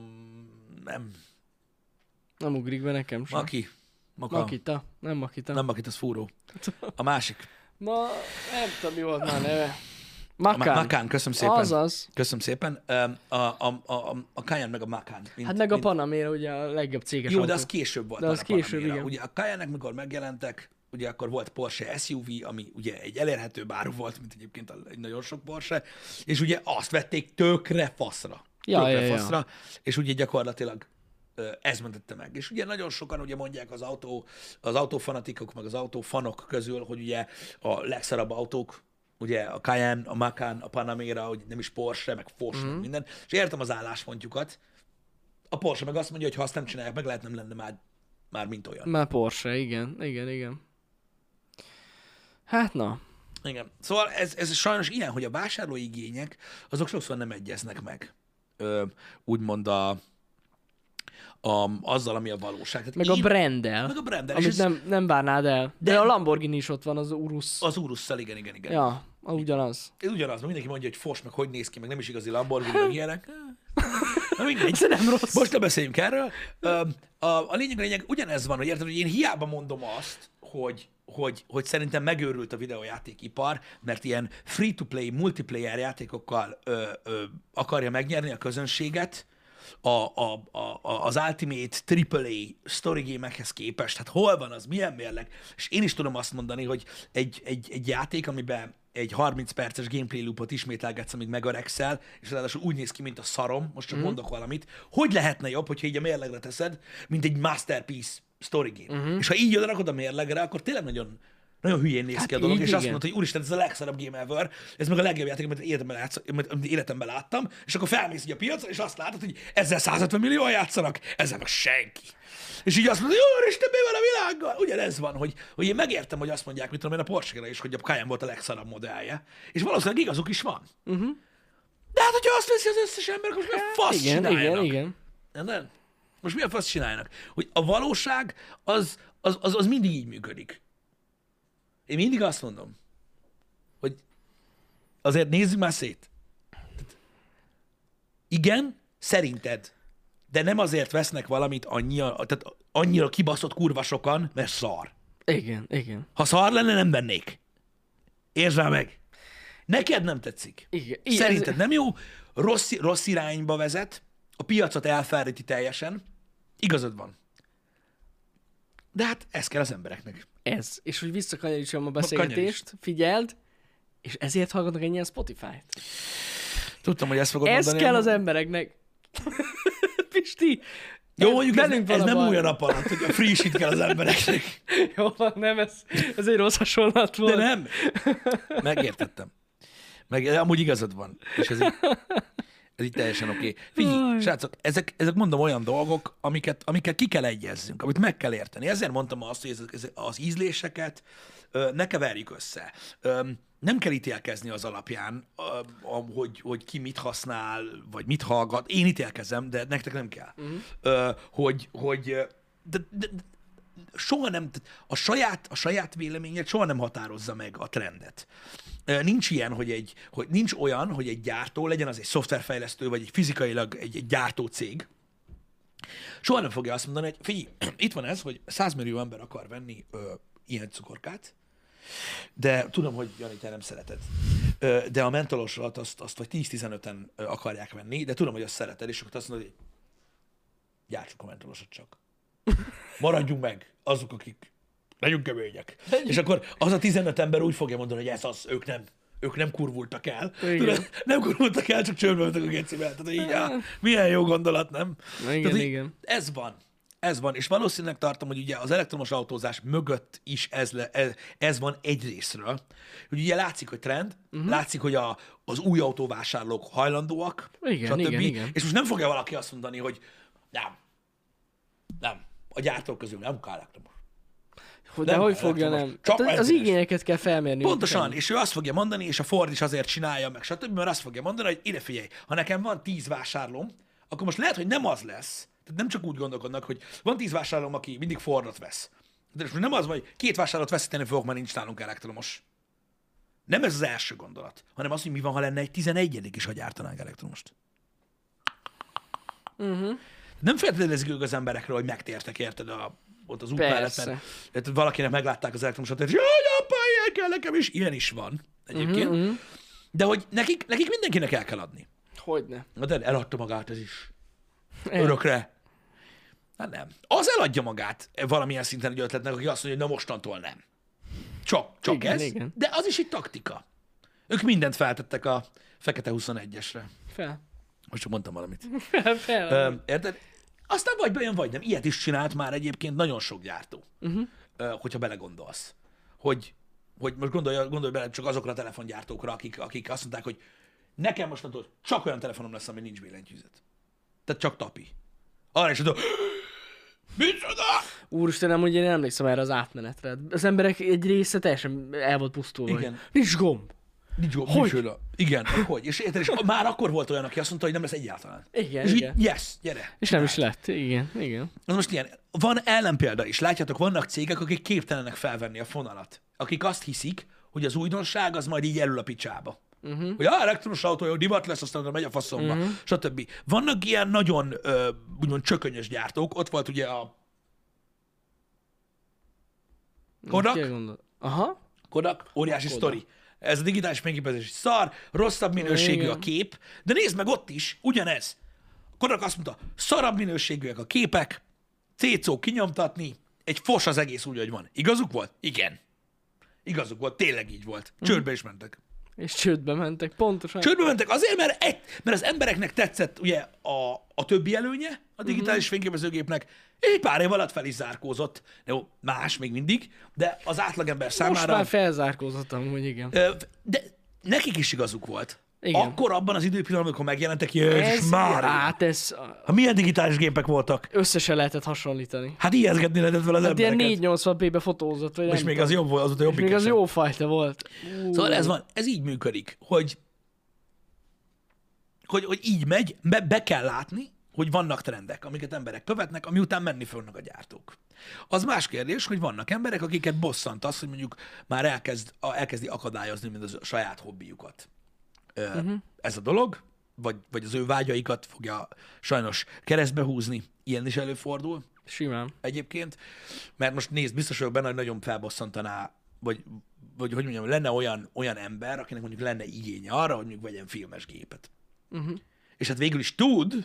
Nem ugrik be nekem sem. Makita. Nem Makita. Nem Makita, az fúró. A másik. Nem tudom, mi volt már a neve. Macan, köszönöm szépen. Azaz. Köszönöm szépen. A Cayenne meg a Macan. Hát meg a Panamera ugye a legjobb céges Jó, autó. de az később volt. De az a később, Panamera. igen. Ugye a Cayenne-nek, mikor megjelentek, ugye akkor volt Porsche SUV, ami ugye egy elérhetőbb áru volt, mint egyébként egy nagyon sok Porsche, és ugye azt vették tökre faszra. Ja. És ugye gyakorlatilag ez mentette meg. És ugye nagyon sokan ugye mondják az autófanatikok, meg az autófanok közül, hogy ugye a legszarabb autók, ugye a Cayenne, a Macan, a Panamera, hogy nem is Porsche, meg Porsche, meg minden. És értem az álláspontjukat. A Porsche meg azt mondja, hogy ha azt nem csinálják meg, lehet nem lenne már mint olyan. Már Porsche, igen. Hát na. Igen. Szóval ez sajnos ilyen, hogy a vásárlói igények, azok sokszor nem egyeznek meg. Úgymond azzal, ami a valóság. Tehát Meg a branddel. Meg a branddel. Amit És ez, nem várnád el. De a Lamborghini is ott van, az Urus. az Urusszal, igen. Ja, ugyanaz. Ez ugyanaz, mert mindenki mondja, hogy fos, meg hogy néz ki, meg nem is igazi Lamborghini, meg ilyenek. Na mindegy. Ez nem rossz. Most ne beszéljünk erről. A lényeg, ugyanez van, hogy érted, hogy én hiába mondom azt, hogy szerintem megőrült a videójátékipar, mert ilyen free-to-play, multiplayer játékokkal akarja megnyerni a közönséget, az Ultimate AAA story gémekhez képest. Hát hol van az, milyen mérleg? És én is tudom azt mondani, hogy egy játék, amiben egy 30 perces gameplay loopot ismételgetsz, amíg megöregszel, és ráadásul úgy néz ki, mint a szarom, most csak mondok valamit, hogy lehetne jobb, hogyha így a mérlegre teszed, mint egy masterpiece story game. És ha így rakod a mérlegre, akkor tényleg nagyon, nagyon hülyén néz ki a dolog, így, és igen. azt mondod, hogy úristen, ez a legszarabb game ever, ez meg a legjobb játék, amit életemben láttam, és akkor felmész így a piacra, és azt látod, hogy ezzel 150 millióan játszanak, ezzel meg senki. És így azt mondod, hogy úristen, mi van a világgal? Ugyanez van, hogy én megértem, hogy azt mondják, mit tudom én a Porsche-ra is, hogy a Cayenne volt a legszarabb modellje. És valószínűleg igazuk is van. De hát, hogyha azt veszi az összes ember, akkor most mi a fasz csináljanak? Igen. Nem? Most mi a fasz csinálnak? Hogy a valóság az mindig így működik. Én mindig azt mondom, hogy azért nézzük már szét. Igen, szerinted, de nem azért vesznek valamit annyira kibaszott kurva sokan, mert szar. Igen. Ha szar lenne, nem vennék. Értsd rá meg. Neked nem tetszik. Igen. Szerinted nem jó, rossz irányba vezet, a piacot elfelejti teljesen. Igazad van. De hát ez kell az embereknek. Ez. És hogy visszakanyarítsam a beszélgetést, figyeld, és ezért hallgatnak ennyien Spotify-t. Tudtam, hogy ezt fogod Ez mondani. kell az embereknek. Pisti, Jó, mondjuk Velünk ez van a nem baj. olyan nap alatt, hogy a free shit kell az embereknek. Jó, nem, ez egy rossz hasonlat volt. De nem. Megértettem. Amúgy igazad van. És ez így teljesen oké. Figyelj, srácok, ezek mondom olyan dolgok, amiket ki kell egyezzünk, amit meg kell érteni. Ezért mondtam azt, hogy az ízléseket ne keverjük össze. Nem kell ítélkezni az alapján, hogy ki mit használ, vagy mit hallgat. Én ítélkezem, de nektek nem kell. De soha nem, a saját véleményed soha nem határozza meg a trendet. Nincs ilyen, hogy nincs olyan, hogy egy gyártó, legyen az egy szoftverfejlesztő, vagy egy fizikailag egy gyártó cég, soha nem fogja azt mondani, hogy figyelj, itt van ez, hogy 100 millió ember akar venni ilyen cukorkát, de tudom, hogy Jani, te nem szereted. De a mentolosat azt vagy 10-15-en akarják venni, de tudom, hogy azt szereted, és akkor azt mondod, hogy gyártsuk a mentolosat csak. Maradjunk meg azok, akik legyünk kemények. És akkor az a 15 ember úgy fogja mondani, hogy ez az, ők nem kurvultak el. Tudod, nem kurvultak el, csak csőrbe mentek a gecivel. Tehát így, milyen jó gondolat, nem? Igen, Tehát, igen. Ez van, és valószínűleg tartom, hogy ugye az elektromos autózás mögött is ez van egy részről. Hogy ugye látszik, hogy trend, látszik, hogy az új autóvásárlók hajlandóak, Igen, igen. És most nem fogja valaki azt mondani, hogy nem, a gyártók közül nem kell elektromos. De hogy fogja nem? Csak Az igényeket kell felmérni. Pontosan, és ő azt fogja mondani, és a Ford is azért csinálja meg, stb., mert azt fogja mondani, hogy ide figyelj, ha nekem van 10 vásárlóm, akkor most lehet, hogy nem az lesz, tehát nem csak úgy gondolkodnak, hogy van 10 vásárlóm, aki mindig Fordot vesz. De most nem az van, hogy 2 vásárlót veszíteni fogok, mert nincs nálunk elektromos. Nem ez az első gondolat, hanem az, hogy mi van, ha lenne egy 11. is, ha gyártanánk elektromost. Nem feltételezik ők az emberekről, hogy megtértek, érted, ott az út mellett, mert valakinek meglátták az elektromosat, és jaj, apa, ilyen kell nekem is. Ilyen is van egyébként. De hogy nekik mindenkinek el kell adni. Hogyne. De eladta magát ez is. Örökre. Hát nem. Az eladja magát valamilyen szinten egy ötletnek, aki azt mondja, hogy na mostantól nem. Csak igen, ez. Igen. De az is egy taktika. Ők mindent feltettek a fekete 21-esre. Fel. Most csak mondtam valamit. Fel. Érted? Aztán vagy bejön, vagy nem. Ilyet is csinált már egyébként nagyon sok gyártó. Hogyha belegondolsz. Hogy most gondolj bele csak azokra a telefongyártókra, akik azt mondták, hogy nekem mostantól csak olyan telefonom lesz, ami nincs billentyűzet. Tehát csak tapi. Arra is mondom, micsoda? Úristen, amúgy én emlékszem erre az átmenetre. Az emberek egy része teljesen el volt pusztulva. Igen. Nincs gomb. Nincs gomb. Hogy? Igen, hogy? És már akkor volt olyan, aki azt mondta, hogy nem lesz egyáltalán. Igen, és igen. így, yes, gyere. És nem is lett. Igen. Az most ilyen, van ellenpélda is. Látjátok, vannak cégek, akik képtelenek felvenni a fonalat. Akik azt hiszik, hogy az újdonság az majd így elül a picsába. Hogy elektromos autó jó divat lesz, aztán megy a faszomba, stb. Vannak ilyen nagyon úgymond csökönyös gyártók. Ott volt ugye a Kodak. Aha. Kodak, óriási sztori. Ez a digitális fényképezés is szar, rosszabb minőségű a kép, de nézd meg ott is, ugyanez. Kodak azt mondta, szarabb minőségűek a képek, cécó kinyomtatni, egy fos az egész úgy, hogy van. Igazuk volt? Igen. Igazuk volt, tényleg így volt. Csődbe is mentek. És csődbe mentek, pontosan. Csődbe mentek azért, mert az embereknek tetszett ugye a többi előnye a digitális fényképezőgépnek, és egy pár év alatt fel is zárkózott. Jó, más még mindig, de az átlagember számára... Most már felzárkózottam, hogy igen. De nekik is igazuk volt. Igen. Akkor abban az időpillanatban, amikor megjelentek, Jézus Mária! Hát ez... Ha milyen digitális gépek voltak? Összesen lehetett hasonlítani. Hát ijeszgetni lehetett vele az Hát ilyen embereket. 480p-be fotózott, vagy És nem még tudom. az jobb volt, az volt a jobb. És még az jó fajta volt. Szóval ez van, ez így működik, hogy így megy, be kell látni, hogy vannak trendek, amiket emberek követnek, ami után menni fognak a gyártók. Az más kérdés, hogy vannak emberek, akiket bosszant az, hogy mondjuk már elkezdi akadályozni, mint a saját hobbijukat. Ez a dolog, vagy az ő vágyaikat fogja sajnos keresztbe húzni, ilyen is előfordul Simán. egyébként, mert most nézd, biztos vagyok benne, hogy nagyon felbosszantaná, vagy hogy mondjam, lenne olyan ember, akinek mondjuk lenne igénye arra, hogy mondjuk vegyen filmes gépet. És hát végül is tud.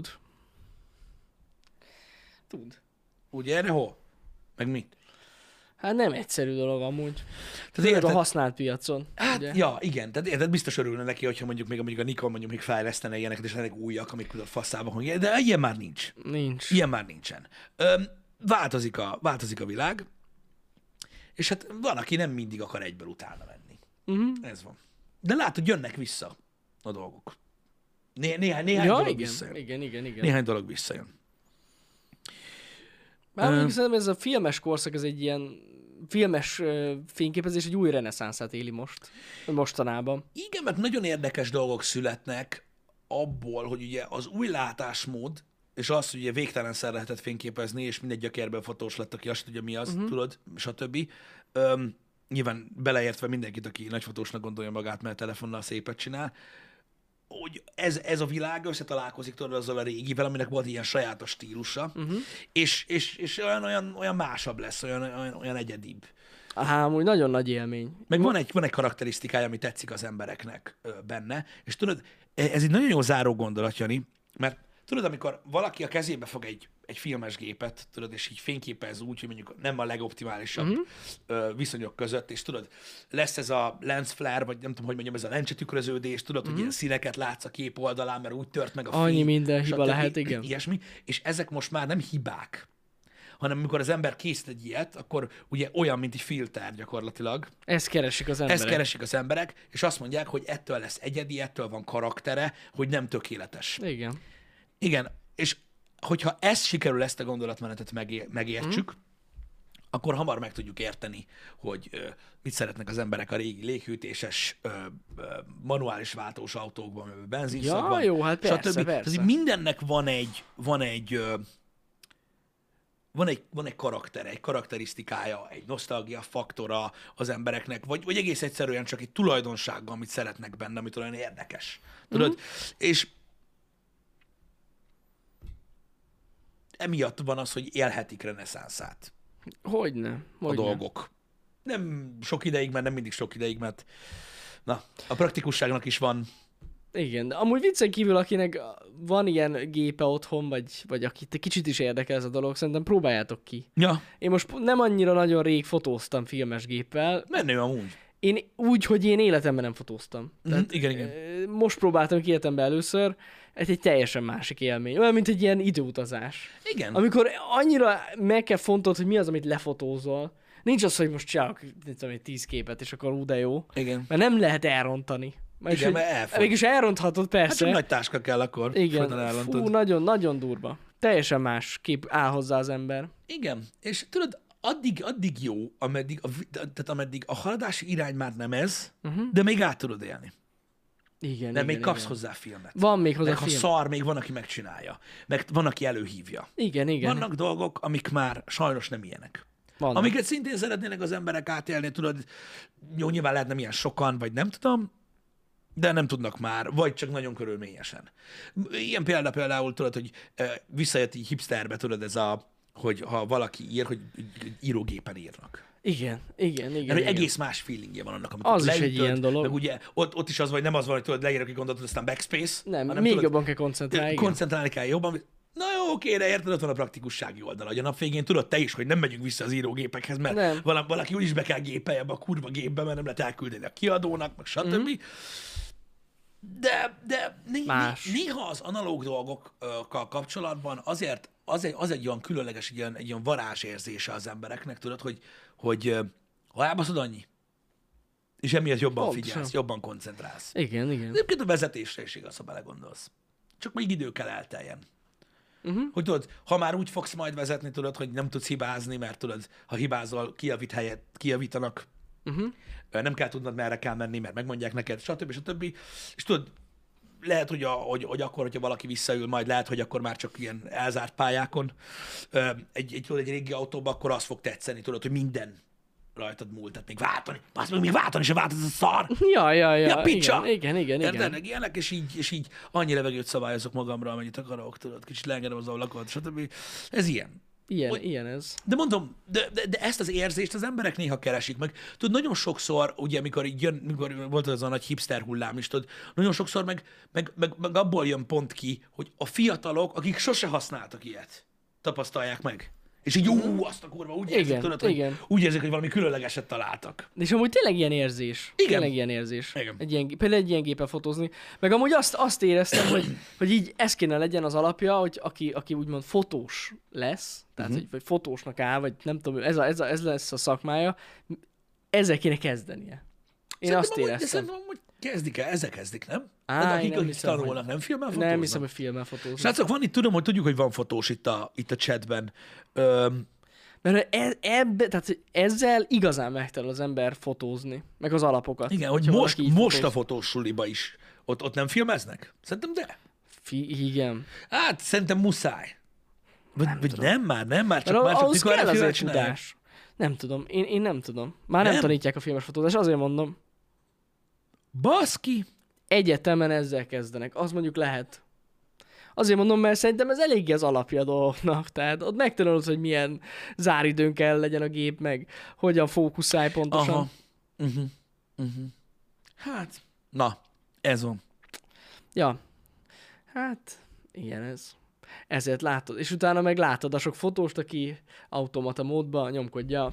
Tud. Ugye erre hol? Meg mit? Hát nem egyszerű dolog amúgy. Tehát Főleg a érted? használt piacon. Hát, ugye? ja, igen, tehát érted, biztos örülne neki, hogyha mondjuk a Nikon még fejlesztene ilyeneket, és lennek újak, amik a faszában hangják, de ilyen már nincs. Nincs. Ilyen már nincsen. Változik a világ, és hát van, aki nem mindig akar egyből utána menni. Ez van. De látod, jönnek vissza a dolgok. Néhány dolog visszajön. igen. Néhány dolog visszajön. Már mondjuk szerintem ez a filmes korszak, ez egy ilyen filmes fényképezés egy új reneszánszát éli mostanában. Igen, mert nagyon érdekes dolgok születnek abból, hogy ugye az új látásmód, és az, hogy ugye végtelenszer lehetett fényképezni, és mindegy gyökérből fotós lett, aki azt tudja, mi az, tudod, stb. Nyilván beleértve mindenkit, aki nagyfotósnak gondolja magát, mert telefonnal szépet csinál, hogy ez a világ összetalálkozik tudod azzal a régivel, aminek volt ilyen sajátos stílusa, és olyan másabb lesz, olyan egyedibb. Amúgy nagyon nagy élmény. Meg van egy karakterisztikája, ami tetszik az embereknek benne, és tudod, ez egy nagyon jó záró gondolat, Jani, mert tudod, amikor valaki a kezébe fog egy filmes gépet, tudod, és így fényképez úgy, hogy mondjuk nem a legoptimálisabb viszonyok között, és tudod, lesz ez a lens flare, vagy nem tudom, hogy mondjam, ez a lencsetükröződés, tudod, hogy ilyen színeket látsz a kép oldalán, mert úgy tört meg a fény. Annyi minden hiba stb. lehet, igen. Ilyesmi, és ezek most már nem hibák, hanem amikor az ember készít egy ilyet, akkor ugye olyan, mint egy filter gyakorlatilag. Ezt keresik az emberek. Ezt keresik az emberek, és azt mondják, hogy ettől lesz egyedi, ettől van karaktere, hogy nem tökéletes. Igen. Igen, és hogyha ezt sikerül, ezt a gondolatmenetet megértsük, akkor hamar meg tudjuk érteni, hogy mit szeretnek az emberek a régi léghűtéses, manuális váltós autókban, benzinszakban, Ja, jó, hát persze, stb. persze. Tehát mindennek van egy karaktere, egy karakterisztikája, egy nosztalgia faktora az embereknek, vagy egész egyszerűen csak egy tulajdonsága, amit szeretnek benne, amit olyan érdekes. Tudod? És emiatt van az, hogy élhetik reneszánszát Hogyne. a dolgok. Nem sok ideig, mert nem mindig sok ideig, mert na, a praktikusságnak is van. Igen, de amúgy viccen kívül, akinek van ilyen gépe otthon, vagy akit kicsit is érdekel ez a dolog, szerintem próbáljátok ki. Ja, Én most nem annyira nagyon rég fotóztam filmes géppel. menő amúgy. Én úgy, hogy én életemben nem fotóztam. Igen. Most próbáltam ki életemben először, egy teljesen másik élmény. Olyan, mint egy ilyen időutazás. Igen. Amikor annyira meg kell fontolni, hogy mi az, amit lefotózol. Nincs az, hogy most csinálok 10 képet, és akkor de jó. Igen. Mert nem lehet elrontani. Igen, mert elfogy. Mégis elronthatod, Hát persze. csak nagy táska kell akkor. Igen, fú, nagyon durva. Teljesen más kép áll hozzá az ember. Igen, és tudod, addig jó, ameddig a haladási irány már nem ez, de még át tudod élni. Igen, De igen, még kapsz igen. hozzá filmet. Van még hozzá Meg ha film. szar, még van, aki megcsinálja. Meg van, aki előhívja. Igen. Vannak dolgok, amik már sajnos nem ilyenek. Vannak. Amiket szintén szeretnének az emberek átélni, tudod, jó, nyilván lehet nem ilyen sokan, vagy nem tudom, de nem tudnak már, vagy csak nagyon körülményesen. Ilyen például tudod, hogy visszajött így hipsterbe, tudod, ez hogy ha valaki ír, hogy írógépen írnak. Igen. Mert hogy egész más feelingje van annak, amikor Az is egy leütöd, ilyen dolog. Meg ugye ott is az, vagy nem az van, hogy tudod, leírok egy gondolatot, aztán backspace. Nem, hanem még tudod, jobban kell koncentrálni. Igen. koncentrálni kell jobban. Na jó, oké, de érted, ott van a praktikussági oldala. Hogy a nap végén tudod te is, hogy nem megyünk vissza az írógépekhez, mert Nem. valaki úgyis be kell gépelje ebbe a kurva gépbe, mert nem lehet elküldeni a kiadónak, meg stb. De néha az analóg dolgokkal kapcsolatban azért az egy olyan különleges, egy olyan varázsérzése az embereknek, tudod, hogy ha elbaszod annyi, és emiatt jobban Pontosan. figyelsz, jobban koncentrálsz. Igen. Egyébként a vezetésre is igaz, ha belegondolsz. Csak még idő kell elteljen. Hogy tudod, ha már úgy fogsz majd vezetni, tudod, hogy nem tudsz hibázni, mert tudod, ha hibázol, kijavítanak, nem kell tudnod, merre kell menni, mert megmondják neked, stb. És tudod, lehet, hogy akkor, hogyha valaki visszaül, majd lehet, hogy akkor már csak ilyen elzárt pályákon egy régi autóba, akkor az fog tetszeni, tudod, hogy minden rajtad múlt, tehát még váltani se váltod, ez a szar! Ja, picsa! igen. Érted? Ilyenek, és így annyi levegőt szabályozok magamra, amennyit akarok, tudod, kicsit leengedem az ablakot, stb. Ez ilyen. Ilyen ez. De mondom, de ezt az érzést az emberek néha keresik meg. Tudod, nagyon sokszor, ugye, mikor volt az a nagy hipster hullám is, tudod, nagyon sokszor meg abból jön pont ki, hogy a fiatalok, akik sose használtak ilyet, tapasztalják meg. És így azt a kurva, úgy érzik, Igen, tudod, hogy igen. úgy érzik, hogy valami különlegeset találtak. És amúgy tényleg ilyen érzés. Igen. Tényleg ilyen érzés. Igen. Például egy ilyen gépen fotózni. Meg amúgy azt éreztem, hogy így ez kéne legyen az alapja, hogy aki úgymond fotós lesz, tehát hogy vagy fotósnak áll, vagy nem tudom, ez lesz a szakmája, ezzel kéne kezdenie. Én Szerintem azt amúgy- éreztem. De szerintem amúgy kezdik el, ezzel kezdik, nem? Á, Tehát én akik, nem akik hiszem, tanulnak, nem filmmel fotóznak? Nem hiszem, hogy filmmel fotózni. Srácok, van itt, tudjuk, hogy van fotós itt a chatben. Mert tehát ezzel igazán megtanul az ember fotózni, meg az alapokat. Igen, hogy Hogyha most valaki így a fotóz. fotós suliba is. Ott nem filmeznek? Szerintem de. Igen. Hát szerintem muszáj. Vagy nem már, csak Mert már csak ahhoz mikor kell erre filmet azért csinálják. tudás. Nem tudom, én nem tudom. Már nem Nem? tanítják a filmes fotózást, azért mondom. Baszki! Egyetemen ezzel kezdenek, az mondjuk lehet. Azért mondom, mert szerintem ez eléggé az alapja a dolgoknak. Tehát ott megtanulod, hogy milyen záridőn kell legyen a gép, meg hogyan fókuszálj pontosan. Aha. Hát, na, ez van. Ja. Hát, ilyen ez. Ezért látod. És utána meg látod a sok fotóst, aki automata módban nyomkodja.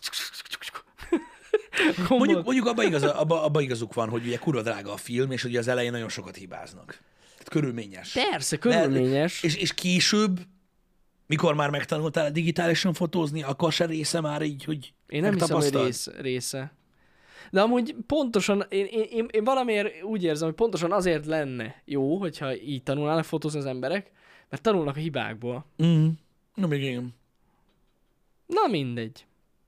Mondjuk abba igazuk van, hogy ugye kurva drága a film, és ugye az elején nagyon sokat hibáznak. Tehát körülményes. Persze, körülményes. És később, mikor már megtanultál digitálisan fotózni, akkor se része már így, hogy Én nem hiszem, hogy megtapasztald? része. De amúgy pontosan, én valamiért úgy érzem, hogy pontosan azért lenne jó, hogyha így tanulnának fotózni az emberek, mert tanulnak a hibákból. Na még igen. Na mindegy.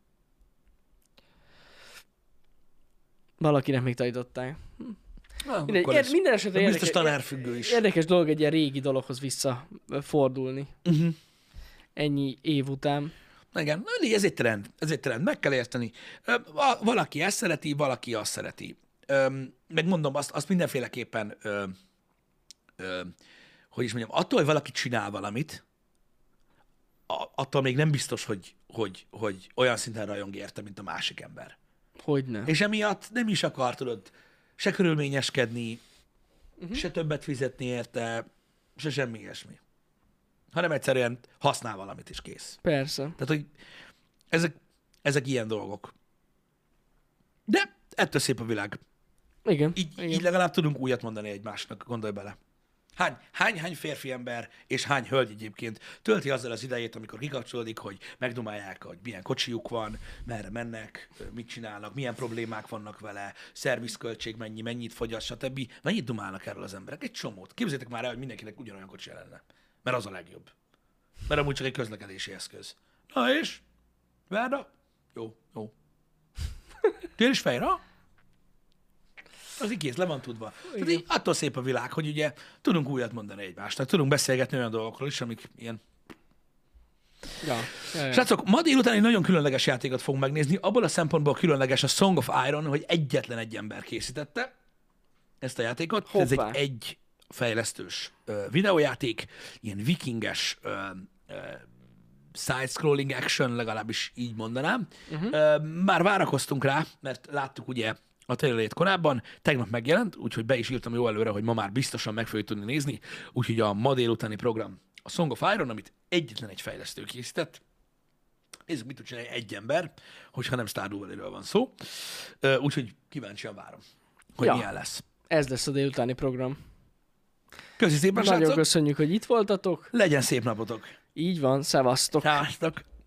Valakinek még tanították. Na, Mindegy, akkor ez minden esetre biztos tanárfüggő is. érdekes dolog egy ilyen régi dologhoz visszafordulni. Ennyi év után. Igen, na, mindegy, ez egy trend, meg kell érteni. Valaki ezt szereti, valaki azt szereti. Meg mondom, azt mindenféleképpen, hogy is mondjam, attól, hogy valaki csinál valamit, attól még nem biztos, hogy olyan szinten rajong érte, mint a másik ember. Hogyne. És emiatt nem is akar, tudod, se körülményeskedni, se többet fizetni érte, se semmi ilyesmi. Hanem egyszerűen használ valamit, és kész. Persze. Tehát, hogy ezek ilyen dolgok. De ettől szép a világ. Igen. Így legalább tudunk újat mondani egymásnak, gondolj bele. Hány férfi ember és hány hölgy egyébként tölti azzal az idejét, amikor kikapcsolódik, hogy megdumálják, hogy milyen kocsijuk van, merre mennek, mit csinálnak, milyen problémák vannak vele, szervizköltség mennyit fogyaszt, stb. Mennyit dumálnak erről az emberek? Egy csomót. Képzeljétek már el, hogy mindenkinek ugyanolyan kocsi lenne. Mert az a legjobb. Mert amúgy csak egy közlekedési eszköz. Na és? Várda? Jó. Tél is fejre? Az így kész, le van tudva. Tehát így attól szép a világ, hogy ugye tudunk újat mondani egymásnak, tudunk beszélgetni olyan dolgokról is, amik ilyen. Ja. Srácok, ma délután egy nagyon különleges játékot fogunk megnézni, abból a szempontból különleges a Song of Iron, hogy egyetlen egy ember készítette ezt a játékot. Ez Hoppá. egy fejlesztős videójáték, ilyen vikinges side-scrolling action, legalábbis így mondanám. Már várakoztunk rá, mert láttuk ugye a trailerét korábban, tegnap megjelent, úgyhogy be is írtam jó előre, hogy ma már biztosan meg fogjuk tudni nézni, úgyhogy a ma délutáni program a Song of Iron, amit egyetlen egy fejlesztő készített. Nézzük, mit tud csinálni egy ember, hogyha nem Stardew Valley-ről van szó. Úgyhogy kíváncsian várom, hogy milyen lesz. Ez lesz a délutáni program. Köszi szépen, Nagyon srácok! köszönjük, hogy itt voltatok. Legyen szép napotok! Így van, szevasztok. Szevasztok!